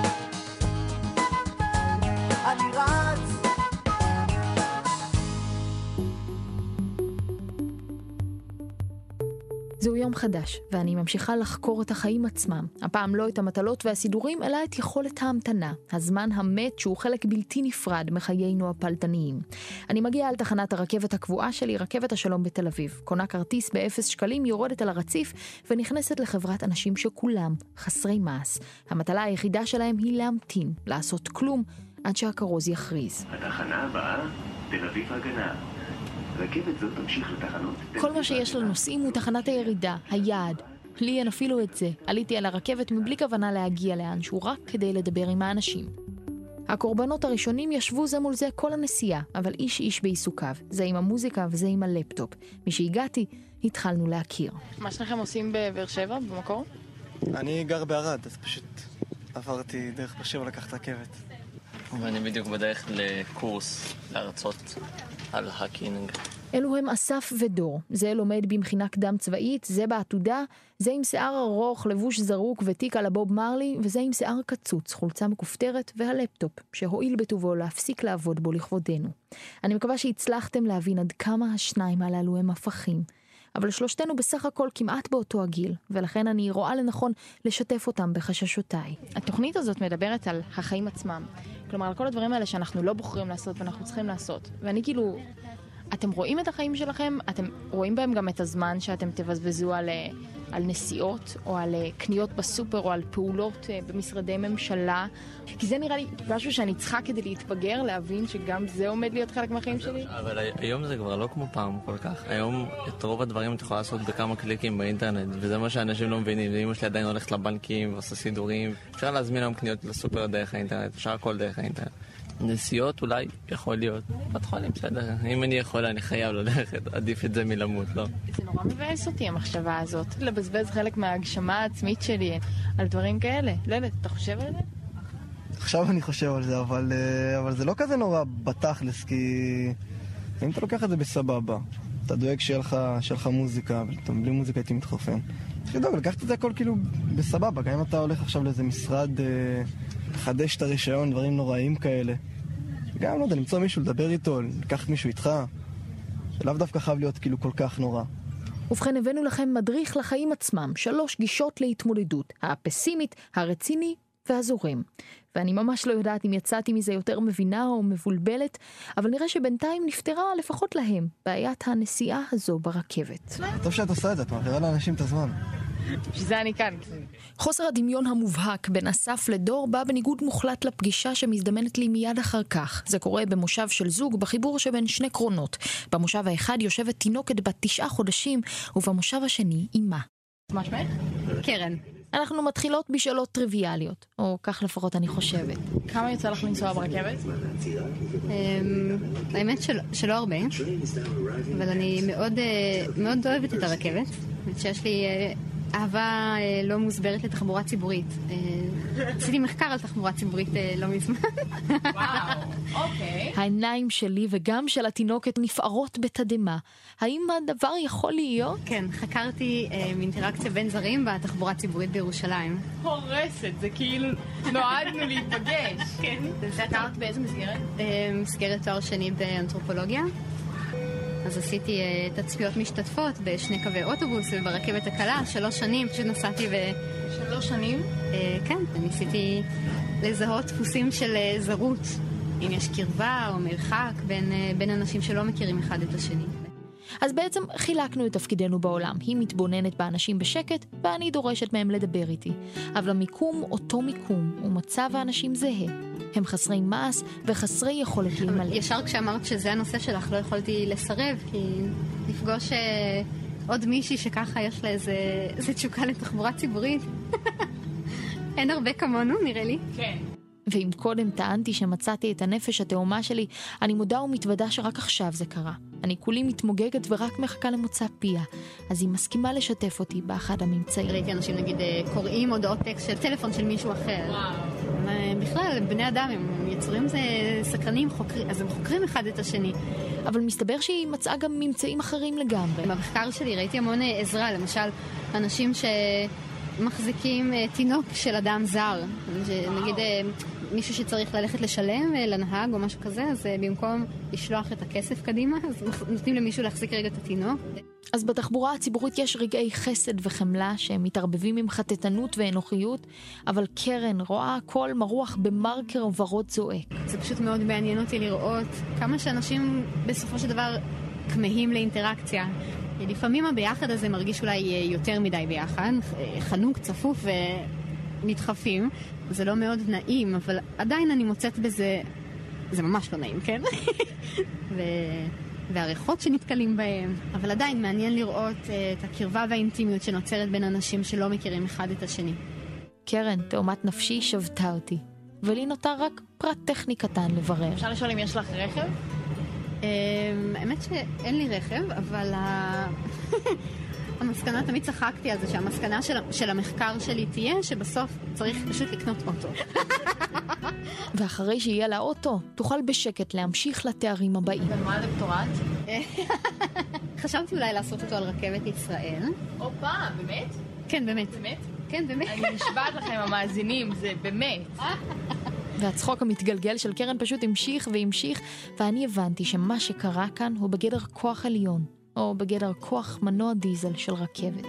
חדש, ואני ממשיכה לחקור את החיים עצמם. הפעם לא את המטלות והסידורים, אלא את יכולת ההמתנה, הזמן המת שהוא חלק בלתי נפרד מחיינו הפלטניים. אני מגיעה על תחנת הרכבת הקבועה שלי, רכבת השלום בתל אביב. קונה כרטיס באפס שקלים, יורדת על הרציף ונכנסת לחברת אנשים שכולם חסרי מעש. המטלה היחידה שלהם היא להמתין, לעשות כלום, עד שהכרוז יכריז. התחנה הבאה, תל אביב הגנה. רכבת זאת תמשיך לתחנות. כל מה שיש לנוסעים הוא תחנת הירידה, היעד. לי אין אפילו את זה. עליתי על הרכבת מבלי כוונה להגיע לאנשהו, רק כדי לדבר עם האנשים. הקורבנות הראשונים ישבו זה מול זה כל הנסיעה, אבל איש איש בעיסוקיו. זה עם המוזיקה וזה עם הלפטופ. משהגעתי, התחלנו להכיר. מה שלכם עושים בבאר שבע, במקור? אני גר בערד, אז פשוט עברתי דרך באר שבע לקחת רכבת. ואני בדיוק בדרך לקורס להרצות על האקינג. אלו הם אסף ודור. זה לומד במכינה קדם צבאית, זה בעתודה, זה עם שיער ארוך, לבוש זרוק ותיק על הבוב מרלי, וזה עם שיער קצוץ, חולצה מכופתרת והלפטופ, שהועיל בטובו להפסיק לעבוד בו לכבודנו. אני מקווה שהצלחתם להבין עד כמה השניים הללו הם הפכים. אבל שלושתנו בסך הכל כמעט באותו הגיל, ולכן אני רואה לנכון לשתף אותם בחששותיי. התוכנית הזאת מדברת על החיים עצמם. כלומר, על כל הדברים האלה שאנחנו לא בוחרים לעשות ואנחנו צריכים לעשות. ואני כאילו, אתם רואים את החיים שלכם? אתם רואים בהם גם את הזמן שאתם תבזבזו על, על נסיעות, או על קניות בסופר, או על פעולות במשרדי ממשלה? כי זה נראה לי משהו שאני צריכה כדי להתבגר, להבין שגם זה עומד להיות חלק מהחיים שלי. אבל היום זה כבר לא כמו פעם כל כך. היום את רוב הדברים את יכולה לעשות בכמה קליקים באינטרנט, וזה מה שאנשים לא מבינים. ואמא שלי עדיין הולכת לבנקים ועושה סידורים. אפשר להזמין להם קניות לסופר דרך האינטרנט, אפשר הכל דרך האינטרנט. נסיעות אולי יכול להיות. בת חולים, בסדר. אם אני יכול, אני חייב ללכת. עדיף את זה מלמות, לא? זה נורא מבאס אותי המחשבה הזאת. לבזבז חלק מההגשמה העצמית שלי על דברים כאלה. לילד, אתה חושב על זה? עכשיו אני חושב על זה, אבל, אבל זה לא כזה נורא בתכלס, כי אם אתה לוקח את זה בסבבה, אתה דואג שיהיה לך, שיהיה לך מוזיקה, אבל בלי מוזיקה הייתי מתחופן. צריך לדאוג, לקחת את זה הכל כאילו בסבבה, גם אם אתה הולך עכשיו לאיזה משרד לחדש את הרישיון, דברים נוראים כאלה. גם לא יודע, למצוא מישהו, לדבר איתו, לקחת מישהו איתך, שלאו דווקא חייב להיות כאילו כל כך נורא. ובכן, הבאנו לכם מדריך לחיים עצמם, שלוש גישות להתמודדות, הפסימית, הרציני והזורם. ואני ממש לא יודעת אם יצאתי מזה יותר מבינה או מבולבלת, אבל נראה שבינתיים נפתרה לפחות להם בעיית הנסיעה הזו ברכבת. טוב שאת עושה את זה, את מעבירה לאנשים את הזמן. שזה אני כאן. חוסר הדמיון המובהק בין אסף לדור בא בניגוד מוחלט לפגישה שמזדמנת לי מיד אחר כך. זה קורה במושב של זוג בחיבור שבין שני קרונות. במושב האחד יושבת תינוקת בת תשעה חודשים, ובמושב השני אימה. מה שמך? קרן. אנחנו מתחילות בשאלות טריוויאליות, או כך לפחות אני חושבת. כמה יוצא לך לנסוע ברכבת? האמת שלא הרבה, אבל אני מאוד אוהבת את הרכבת. שיש לי אהבה לא מוסברת לתחבורה ציבורית. עשיתי מחקר על תחבורה ציבורית לא מזמן. וואו, אוקיי. העיניים שלי וגם של התינוקת נפערות בתדמה. האם הדבר יכול להיות? כן, חקרתי מאינטראקציה בין זרים בתחבורה הציבורית בירושלים. הורסת, זה כאילו נועדנו להיפגש. כן. חקרת באיזה מסגרת? מסגרת תואר שני באנתרופולוגיה. אז עשיתי uh, תצפיות משתתפות בשני קווי אוטובוס וברכבת הקלה, שלוש שנים, פשוט נסעתי ב... שלוש שנים? Uh, כן, ניסיתי לזהות דפוסים של uh, זרות, אם יש קרבה או מרחק בין, uh, בין אנשים שלא מכירים אחד את השני. אז בעצם חילקנו את תפקידנו בעולם. היא מתבוננת באנשים בשקט, ואני דורשת מהם לדבר איתי. אבל המיקום אותו מיקום, ומצב האנשים זהה. הם חסרי מעש וחסרי יכולת להימלא. ישר כשאמרת שזה הנושא שלך, לא יכולתי לסרב, כי לפגוש עוד מישהי שככה יש לה איזה, איזה תשוקה לתחבורה ציבורית. אין הרבה כמונו, נראה לי. כן. ואם קודם טענתי שמצאתי את הנפש התאומה שלי, אני מודה ומתוודה שרק עכשיו זה קרה. אני כולי מתמוגגת ורק מחכה למוצא פיה, אז היא מסכימה לשתף אותי באחד הממצאים. ראיתי אנשים נגיד קוראים הודעות טקסט של טלפון של מישהו אחר. וואו. בכלל, בני אדם הם יצורים זה סקרנים, חוקרים, אז הם חוקרים אחד את השני. אבל מסתבר שהיא מצאה גם ממצאים אחרים לגמרי. במחקר שלי ראיתי המון עזרה, למשל אנשים שמחזיקים תינוק של אדם זר. נגיד מישהו שצריך ללכת לשלם לנהג או משהו כזה, אז במקום לשלוח את הכסף קדימה, אז נותנים למישהו להחזיק רגע את התינוק. אז בתחבורה הציבורית יש רגעי חסד וחמלה שהם מתערבבים עם חטטנות ואנוכיות, אבל קרן רואה הכל מרוח במרקר ורוד זועק. זה פשוט מאוד מעניין אותי לראות כמה שאנשים בסופו של דבר כמהים לאינטראקציה. לפעמים הביחד הזה מרגיש אולי יותר מדי ביחד, חנוק, צפוף ונדחפים. זה לא מאוד נעים, אבל עדיין אני מוצאת בזה, זה ממש לא נעים, כן? ו... והריחות שנתקלים בהם, אבל עדיין מעניין לראות את הקרבה והאינטימיות שנוצרת בין אנשים שלא מכירים אחד את השני. קרן, תאומת נפשי, שבתה אותי, ולי נותר רק פרט טכני קטן לברר. אפשר לשאול אם יש לך רכב? האמת שאין לי רכב, אבל המסקנה, תמיד צחקתי על זה, שהמסקנה של המחקר שלי תהיה שבסוף צריך פשוט לקנות אוטו. ואחרי שיהיה לה אוטו, תוכל בשקט להמשיך לתארים הבאים. ומה הדוקטורט? חשבתי אולי לעשות אותו על רכבת ישראל. אופה, באמת? כן, באמת. באמת? כן, באמת. אני נשבעת לכם, המאזינים, זה באמת. והצחוק המתגלגל של קרן פשוט המשיך והמשיך, ואני הבנתי שמה שקרה כאן הוא בגדר כוח עליון, או בגדר כוח מנוע דיזל של רכבת.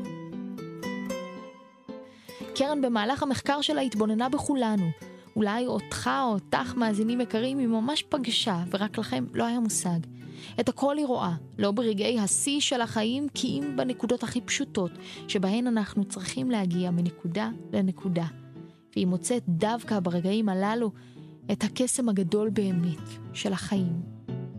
קרן במהלך המחקר שלה התבוננה בכולנו. אולי אותך או אותך מאזינים יקרים היא ממש פגשה, ורק לכם לא היה מושג. את הכל היא רואה, לא ברגעי השיא של החיים, כי אם בנקודות הכי פשוטות, שבהן אנחנו צריכים להגיע מנקודה לנקודה. והיא מוצאת דווקא ברגעים הללו את הקסם הגדול באמת של החיים.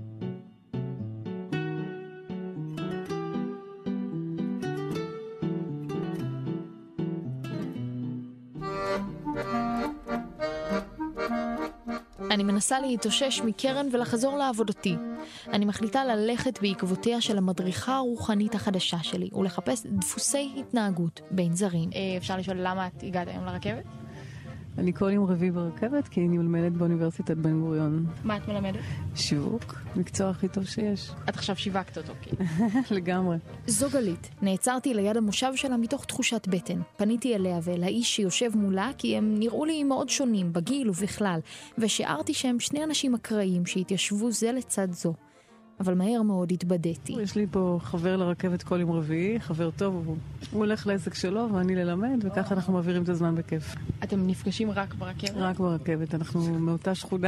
אני מנסה להתאושש מקרן ולחזור לעבודתי. אני מחליטה ללכת בעקבותיה של המדריכה הרוחנית החדשה שלי, ולחפש דפוסי התנהגות בין זרים. אפשר לשאול למה את הגעת היום לרכבת? אני כל יום רביעי ברכבת, כי אני מלמדת באוניברסיטת בן גוריון. מה את מלמדת? שיווק, מקצוע הכי טוב שיש. את עכשיו שיווקת אותו, כי... לגמרי. זו גלית. נעצרתי ליד המושב שלה מתוך תחושת בטן. פניתי אליה ואל האיש שיושב מולה, כי הם נראו לי מאוד שונים, בגיל ובכלל, ושארתי שהם שני אנשים אקראיים שהתיישבו זה לצד זו. אבל מהר מאוד התבדיתי. יש לי פה חבר לרכבת כל יום רביעי, חבר טוב, הוא, הוא הולך לעסק שלו ואני ללמד, וככה אנחנו מעבירים את הזמן בכיף. אתם נפגשים רק ברכבת? רק ברכבת, אנחנו מאותה שכונה.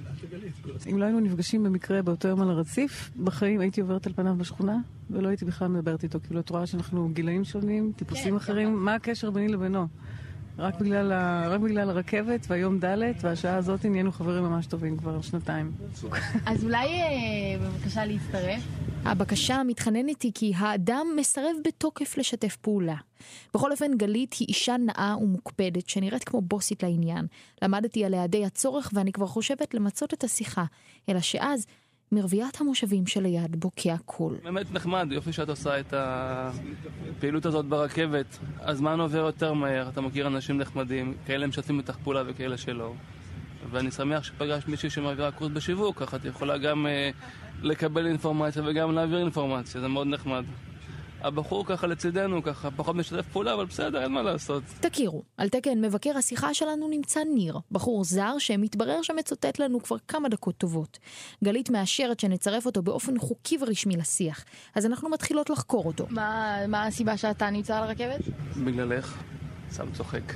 אם לא היינו נפגשים במקרה באותו יום על הרציף, בחיים הייתי עוברת על פניו בשכונה, ולא הייתי בכלל מדברת איתו, כאילו את רואה שאנחנו גילאים שונים, טיפוסים אחרים, מה הקשר ביני לבינו? רק בגלל, ה... רק בגלל הרכבת והיום ד' והשעה הזאת נהיינו חברים ממש טובים כבר שנתיים. אז אולי בבקשה להצטרף? הבקשה מתחננת היא כי האדם מסרב בתוקף לשתף פעולה. בכל אופן גלית היא אישה נאה ומוקפדת שנראית כמו בוסית לעניין. למדתי עליה די הצורך ואני כבר חושבת למצות את השיחה, אלא שאז מרביית המושבים שליד בוקע קול. באמת נחמד, יופי שאת עושה את הפעילות הזאת ברכבת. הזמן עובר יותר מהר, אתה מכיר אנשים נחמדים, כאלה משתפים איתך פעולה וכאלה שלא. ואני שמח שפגש מישהי שמעבירה קורס בשיווק, ככה את יכולה גם uh, לקבל אינפורמציה וגם להעביר אינפורמציה, זה מאוד נחמד. הבחור ככה לצידנו, ככה פחות משתף פעולה, אבל בסדר, אין מה לעשות. תכירו, על תקן מבקר השיחה שלנו נמצא ניר, בחור זר שמתברר שמצוטט לנו כבר כמה דקות טובות. גלית מאשרת שנצרף אותו באופן חוקי ורשמי לשיח, אז אנחנו מתחילות לחקור אותו. מה, מה הסיבה שאתה נמצא על הרכבת? בגללך, סתם צוחק.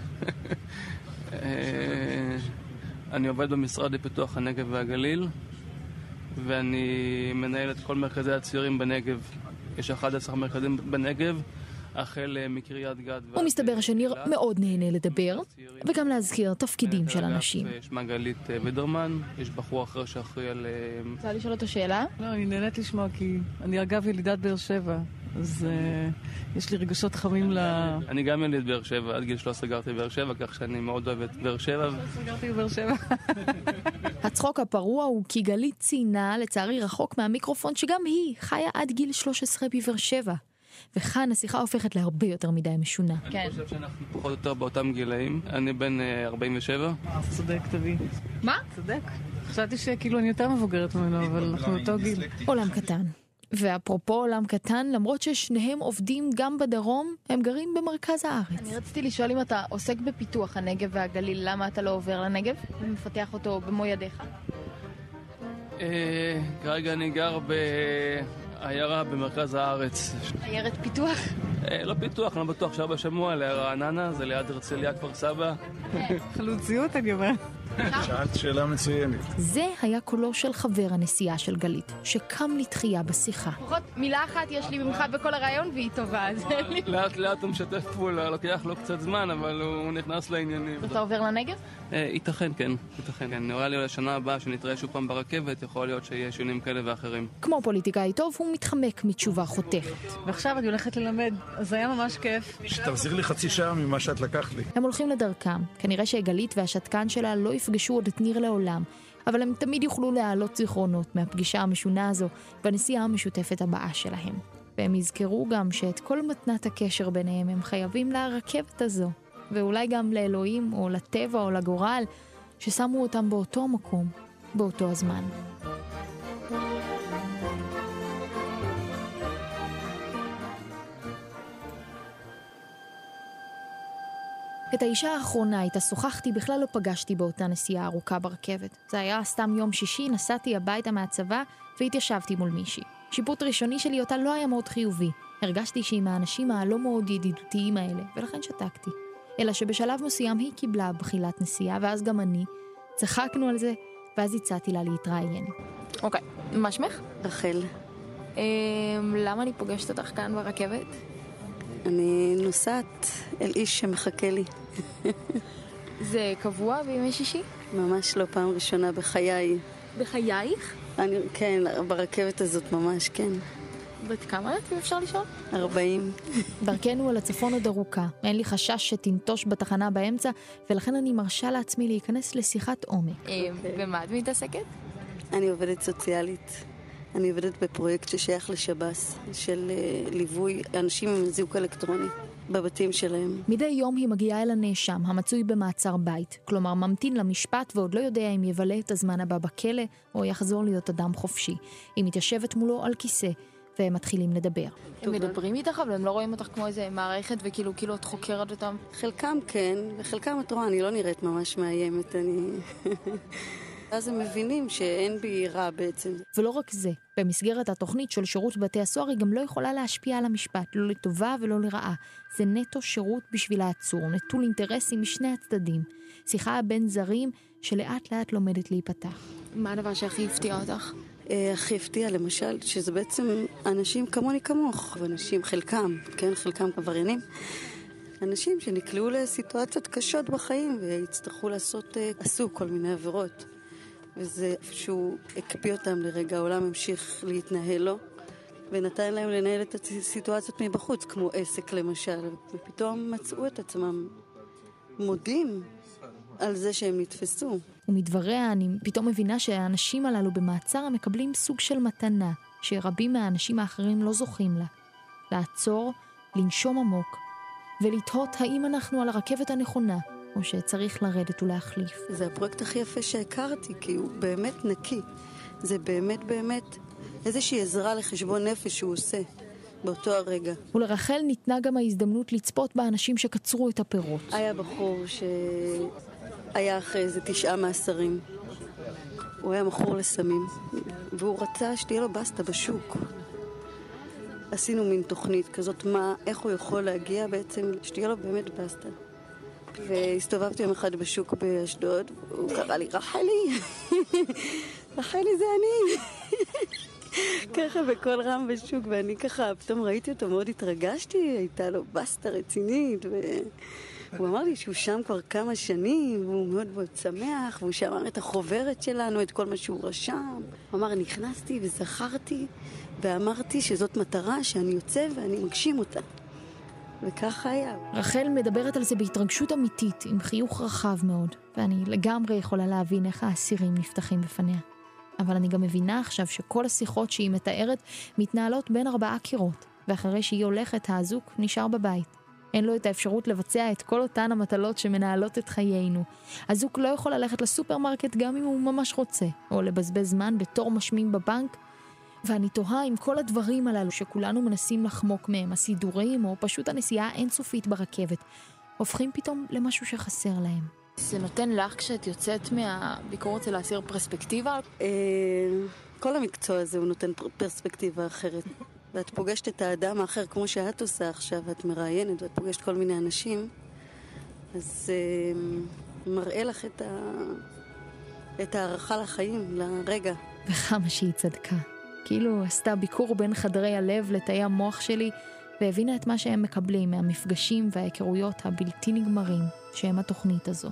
אני עובד במשרד לפיתוח הנגב והגליל, ואני מנהל את כל מרכזי הצעירים בנגב. יש אחד עשר מרכזים בנגב, החל מקריית גת. ומסתבר שניר מאוד נהנה לדבר, וגם להזכיר תפקידים של אנשים. יש מגלית וידרמן, יש בחור אחר שאחראי על... רוצה לשאול אותו שאלה? לא, אני נהנית לשמוע, כי אני אגב ילידת באר שבע, אז יש לי רגשות חמים ל... אני גם יליד באר שבע, עד גיל שלוש סגרתי באר שבע, כך שאני מאוד אוהבת באר שבע. סגרתי באר שבע. הצחוק הפרוע הוא כי גלית ציינה, לצערי רחוק מהמיקרופון, שגם היא חיה עד גיל שלוש עשרה בבאר שבע. וכאן השיחה הופכת להרבה יותר מדי משונה. כן. אני חושב שאנחנו פחות או יותר באותם גילאים. אני בן ארבעים ושבע. צודק, תביא. מה? צודק. חשבתי שכאילו אני יותר מבוגרת ממנו, אבל אנחנו אותו גיל. עולם קטן. ואפרופו עולם קטן, למרות ששניהם עובדים גם בדרום, הם גרים במרכז הארץ. אני רציתי לשאול אם אתה עוסק בפיתוח הנגב והגליל, למה אתה לא עובר לנגב ומפתח אותו במו ידיך? כרגע אני גר עיירה במרכז הארץ. עיירת פיתוח? לא פיתוח, לא בטוח שהרבה שמוע עליה, רעננה, זה ליד הרצליה, כפר סבא. חלוציות אני אומרת. שאלת שאלה מצוינת. זה היה קולו של חבר הנסיעה של גלית, שקם לתחייה בשיחה. לפחות מילה אחת יש לי ממך בכל הרעיון והיא טובה. לאט לאט הוא משתף פעולה, לוקח לו קצת זמן, אבל הוא נכנס לעניינים. ואתה עובר לנגב? ייתכן, כן. ייתכן, כן. נראה לי לשנה הבאה שנתראה שוב פעם ברכבת, יכול להיות שיהיה שינויים כאלה ואחרים. כמו פוליטיקאי טוב, הוא מתחמק מתשובה חותכת. ועכשיו אני הולכת ללמד, אז זה היה ממש כיף. שתחזיר לי חצי שעה ממה שאת לקחת לי. הם הולכים לדרכם. כנראה שגלית והשתקן שלה לא יפגשו עוד את ניר לעולם, אבל הם תמיד יוכלו להעלות זיכרונות מהפגישה המשונה הזו בנסיעה המשותפת הבאה שלהם. והם יזכרו גם שאת כל מתנת הקשר ביניהם הם חייבים לרכבת הזו, ואולי גם לאלוהים או לטבע או לגורל ששמו אותם באותו מקום, באותו הזמן. את האישה האחרונה איתה שוחחתי בכלל לא פגשתי באותה נסיעה ארוכה ברכבת. זה היה סתם יום שישי, נסעתי הביתה מהצבא והתיישבתי מול מישהי. שיפוט ראשוני שלי אותה לא היה מאוד חיובי. הרגשתי שהיא מהאנשים הלא מאוד ידידותיים האלה, ולכן שתקתי. אלא שבשלב מסוים היא קיבלה בחילת נסיעה, ואז גם אני. צחקנו על זה, ואז הצעתי לה להתראיין. אוקיי, מה שמך? רחל. למה אני פוגשת אותך כאן ברכבת? אני נוסעת אל איש שמחכה לי. זה קבוע בימי שישי? ממש לא, פעם ראשונה בחיי. בחייך? אני, כן, ברכבת הזאת ממש, כן. בת כמה את, אם אפשר לשאול? ארבעים. דרכנו על הצפון עוד ארוכה. אין לי חשש שתנטוש בתחנה באמצע, ולכן אני מרשה לעצמי להיכנס לשיחת עומק. ומה את מתעסקת? אני עובדת סוציאלית. אני עובדת בפרויקט ששייך לשב"ס, של ליווי אנשים עם זיהוי אלקטרוני בבתים שלהם. מדי יום היא מגיעה אל הנאשם, המצוי במעצר בית. כלומר, ממתין למשפט ועוד לא יודע אם יבלה את הזמן הבא בכלא או יחזור להיות אדם חופשי. היא מתיישבת מולו על כיסא, והם מתחילים לדבר. הם מדברים איתך, אבל הם לא רואים אותך כמו איזה מערכת וכאילו כאילו את חוקרת אותם? חלקם כן, וחלקם את רואה, אני לא נראית ממש מאיימת, אני... אז הם מבינים שאין בי רע בעצם. ולא רק זה, במסגרת התוכנית של שירות בתי הסוהר היא גם לא יכולה להשפיע על המשפט, לא לטובה ולא לרעה. זה נטו שירות בשביל העצור, נטול אינטרסים משני הצדדים. שיחה בין זרים שלאט לאט לומדת להיפתח. מה הדבר שהכי הפתיע אותך? הכי הפתיע למשל, שזה בעצם אנשים כמוני כמוך, ואנשים חלקם, כן, חלקם עבריינים. אנשים שנקלעו לסיטואציות קשות בחיים והצטרכו לעשות, עשו כל מיני עבירות. וזה שהוא הקפיא אותם לרגע, העולם המשיך להתנהל לו, ונתן להם לנהל את הסיטואציות מבחוץ, כמו עסק למשל, ופתאום מצאו את עצמם מודים על זה שהם נתפסו. ומדבריה אני פתאום מבינה שהאנשים הללו במעצר מקבלים סוג של מתנה, שרבים מהאנשים האחרים לא זוכים לה. לעצור, לנשום עמוק, ולתהות האם אנחנו על הרכבת הנכונה, או שצריך לרדת ולהחליף. זה הפרויקט הכי יפה שהכרתי, כי הוא באמת נקי. זה באמת באמת איזושהי עזרה לחשבון נפש שהוא עושה באותו הרגע. ולרחל ניתנה גם ההזדמנות לצפות באנשים שקצרו את הפירות. היה בחור שהיה אחרי איזה תשעה מאסרים. הוא היה מכור לסמים, והוא רצה שתהיה לו בסטה בשוק. עשינו מין תוכנית כזאת, מה, איך הוא יכול להגיע בעצם, שתהיה לו באמת בסטה. והסתובבתי יום אחד בשוק באשדוד, הוא קרא לי, רחלי, רחלי זה אני. ככה בכל רם בשוק, ואני ככה, פתאום ראיתי אותו, מאוד התרגשתי, הייתה לו בסטה רצינית, והוא אמר לי שהוא שם כבר כמה שנים, והוא מאוד מאוד שמח, והוא שמר את החוברת שלנו, את כל מה שהוא רשם. הוא אמר, נכנסתי וזכרתי, ואמרתי שזאת מטרה שאני יוצא ואני מגשים אותה. וככה היה. רחל מדברת על זה בהתרגשות אמיתית, עם חיוך רחב מאוד, ואני לגמרי יכולה להבין איך האסירים נפתחים בפניה. אבל אני גם מבינה עכשיו שכל השיחות שהיא מתארת מתנהלות בין ארבעה קירות, ואחרי שהיא הולכת, האזוק נשאר בבית. אין לו את האפשרות לבצע את כל אותן המטלות שמנהלות את חיינו. הזוק לא יכול ללכת לסופרמרקט גם אם הוא ממש רוצה, או לבזבז זמן בתור משמים בבנק, ואני תוהה עם כל הדברים הללו שכולנו מנסים לחמוק מהם, הסידורים או פשוט הנסיעה האינסופית ברכבת, הופכים פתאום למשהו שחסר להם. זה נותן לך כשאת יוצאת מהביקורת אצל האסיר פרספקטיבה? כל המקצוע הזה הוא נותן פרספקטיבה אחרת. ואת פוגשת את האדם האחר כמו שאת עושה עכשיו, ואת מראיינת ואת פוגשת כל מיני אנשים, אז מראה לך את, ה... את הערכה לחיים, לרגע. וכמה שהיא צדקה. כאילו עשתה ביקור בין חדרי הלב לתאי המוח שלי, והבינה את מה שהם מקבלים מהמפגשים וההיכרויות הבלתי נגמרים שהם התוכנית הזו.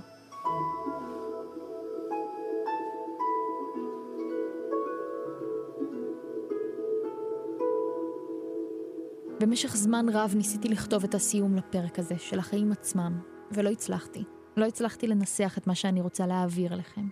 במשך זמן רב ניסיתי לכתוב את הסיום לפרק הזה של החיים עצמם, ולא הצלחתי. לא הצלחתי לנסח את מה שאני רוצה להעביר לכם.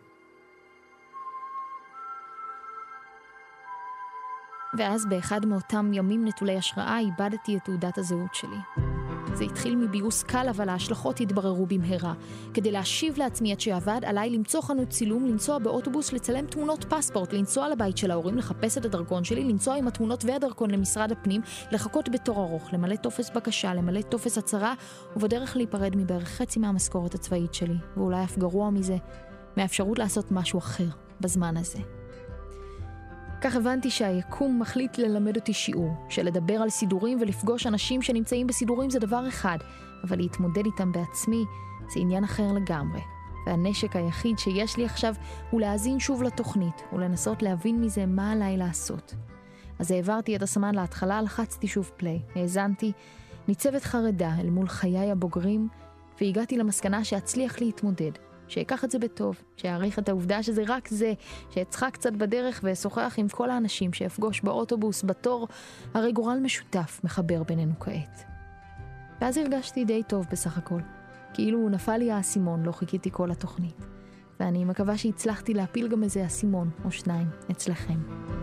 ואז באחד מאותם ימים נטולי השראה איבדתי את תעודת הזהות שלי. זה התחיל מביוס קל, אבל ההשלכות התבררו במהרה. כדי להשיב לעצמי את שעבד, עליי למצוא חנות צילום, לנסוע באוטובוס, לצלם תמונות פספורט, לנסוע לבית של ההורים, לחפש את הדרכון שלי, לנסוע עם התמונות והדרכון למשרד הפנים, לחכות בתור ארוך, למלא טופס בקשה, למלא טופס הצהרה, ובדרך להיפרד מבערך חצי מהמשכורת הצבאית שלי, ואולי אף גרוע מזה, מהאפשרות לעשות משהו אחר בזמן הזה. כך הבנתי שהיקום מחליט ללמד אותי שיעור, שלדבר על סידורים ולפגוש אנשים שנמצאים בסידורים זה דבר אחד, אבל להתמודד איתם בעצמי זה עניין אחר לגמרי. והנשק היחיד שיש לי עכשיו הוא להאזין שוב לתוכנית, ולנסות להבין מזה מה עליי לעשות. אז העברתי את הסמן להתחלה, לחצתי שוב פליי, האזנתי, ניצבת חרדה אל מול חיי הבוגרים, והגעתי למסקנה שאצליח להתמודד. שיקח את זה בטוב, שיעריך את העובדה שזה רק זה, שאצחק קצת בדרך ואשוחח עם כל האנשים שאפגוש באוטובוס, בתור, הרי גורל משותף מחבר בינינו כעת. ואז הרגשתי די טוב בסך הכל, כאילו נפל לי האסימון, לא חיכיתי כל התוכנית. ואני מקווה שהצלחתי להפיל גם איזה אסימון או שניים אצלכם.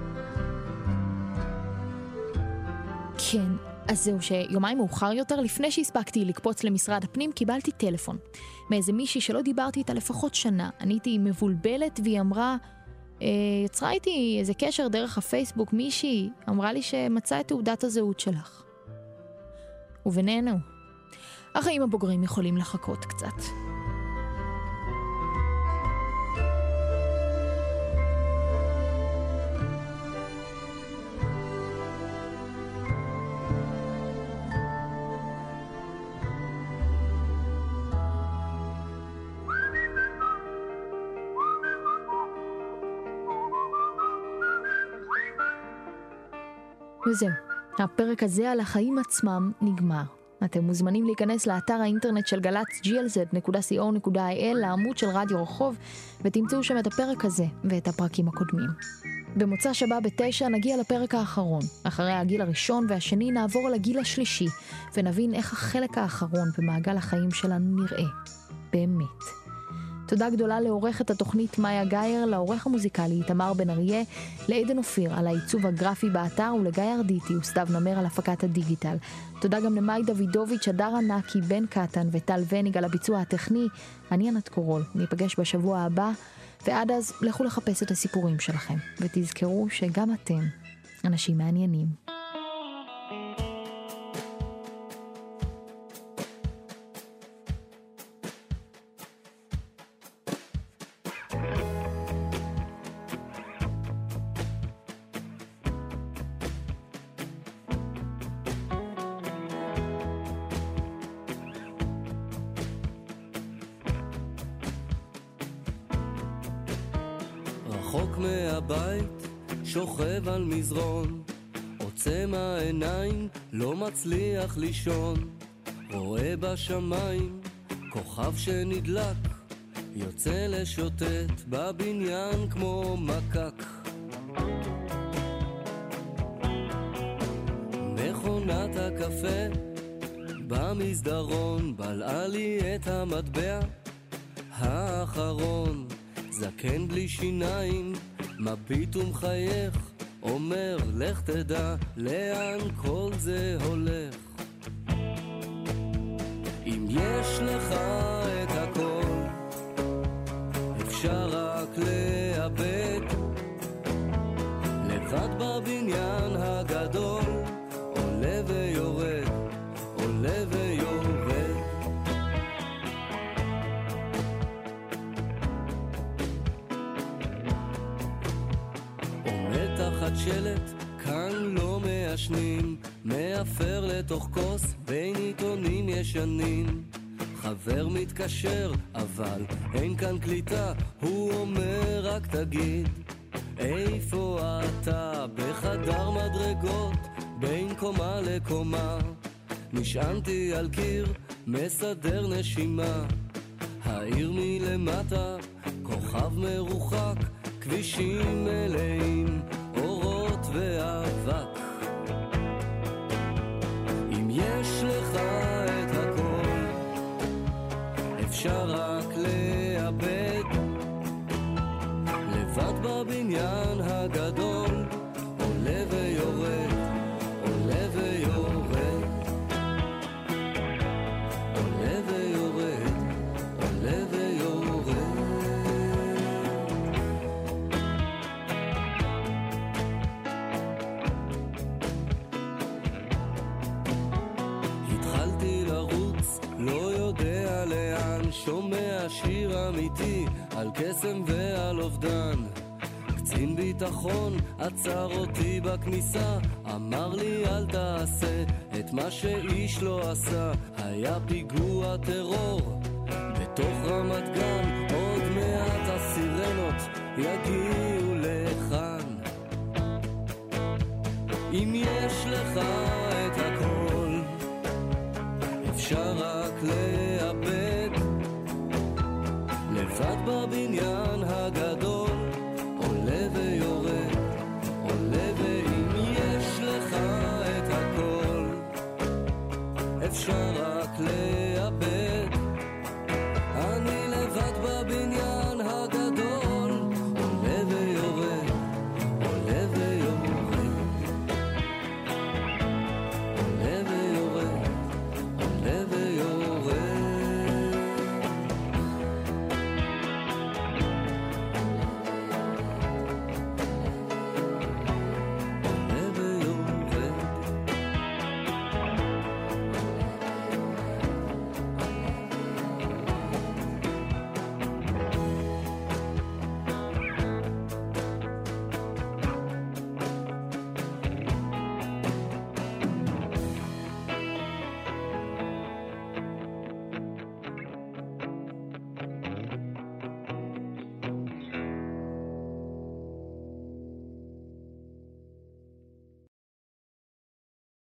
כן. אז זהו שיומיים מאוחר יותר, לפני שהספקתי לקפוץ למשרד הפנים, קיבלתי טלפון. מאיזה מישהי שלא דיברתי איתה לפחות שנה. אני הייתי מבולבלת והיא אמרה, אה, יצרה איתי איזה קשר דרך הפייסבוק, מישהי אמרה לי שמצא את תעודת הזהות שלך. ובינינו, החיים הבוגרים יכולים לחכות קצת. וזהו, הפרק הזה על החיים עצמם נגמר. אתם מוזמנים להיכנס לאתר האינטרנט של גלץ ג'י אל זד נקודה סי או נקודה איי אל, לעמוד של רדיו רחוב, ותמצאו שם את הפרק הזה ואת הפרקים הקודמים. במוצא שבא בתשע נגיע לפרק האחרון. אחרי הגיל הראשון והשני נעבור לגיל השלישי, ונבין איך החלק האחרון במעגל החיים שלנו נראה. באמת. תודה גדולה לעורכת התוכנית מאיה גייר, לעורך המוזיקלי תמר בן אריה, לעדן אופיר על העיצוב הגרפי באתר, ולגיא ארדיטי וסתיו נמר על הפקת הדיגיטל. תודה גם למאי דוידוביץ', הדר ענקי, בן קטן וטל וניג על הביצוע הטכני. אני ענת קורול, ניפגש בשבוע הבא, ועד אז לכו לחפש את הסיפורים שלכם, ותזכרו שגם אתם אנשים מעניינים. רחוק מהבית, שוכב על מזרון, עוצם העיניים, לא מצליח לישון, רואה בשמיים, כוכב שנדלק, יוצא לשוטט בבניין כמו מקק. מכונת הקפה במסדרון, בלעה לי את המטבע האחרון. זקן בלי שיניים, מביט ומחייך, אומר לך תדע לאן כל זה הולך. אם יש לך את הכל, אפשר רק לאבד, לבד בבניין הגדול, עולה ויורד, עולה ויורד. תחת שלט, כאן לא מעשנים, מאפר לתוך כוס בין עיתונים ישנים. חבר מתקשר, אבל אין כאן קליטה, הוא אומר רק תגיד, איפה אתה? בחדר מדרגות, בין קומה לקומה. נשענתי על קיר, מסדר נשימה. העיר מלמטה, כוכב מרוחק, כבישים מלאים, אורות ואבק. אם יש לך את הכל, אפשר רק לאבד. לבד בבניין הגדול, עולה ויורד, עולה ויורד, עולה ויורד, עולה ויורד. התחלתי לרוץ, לא יודע לאן, שומע שיר אמיתי על קסם ועל אובדן. קצין ביטחון עצר אותי בכניסה, אמר לי אל תעשה את מה שאיש לא עשה. היה פיגוע טרור בתוך רמת גן, עוד מעט הסירנות יגיעו לכאן. אם יש לך את הכל, אפשר רק לאבד. לבד בבניין הגדול,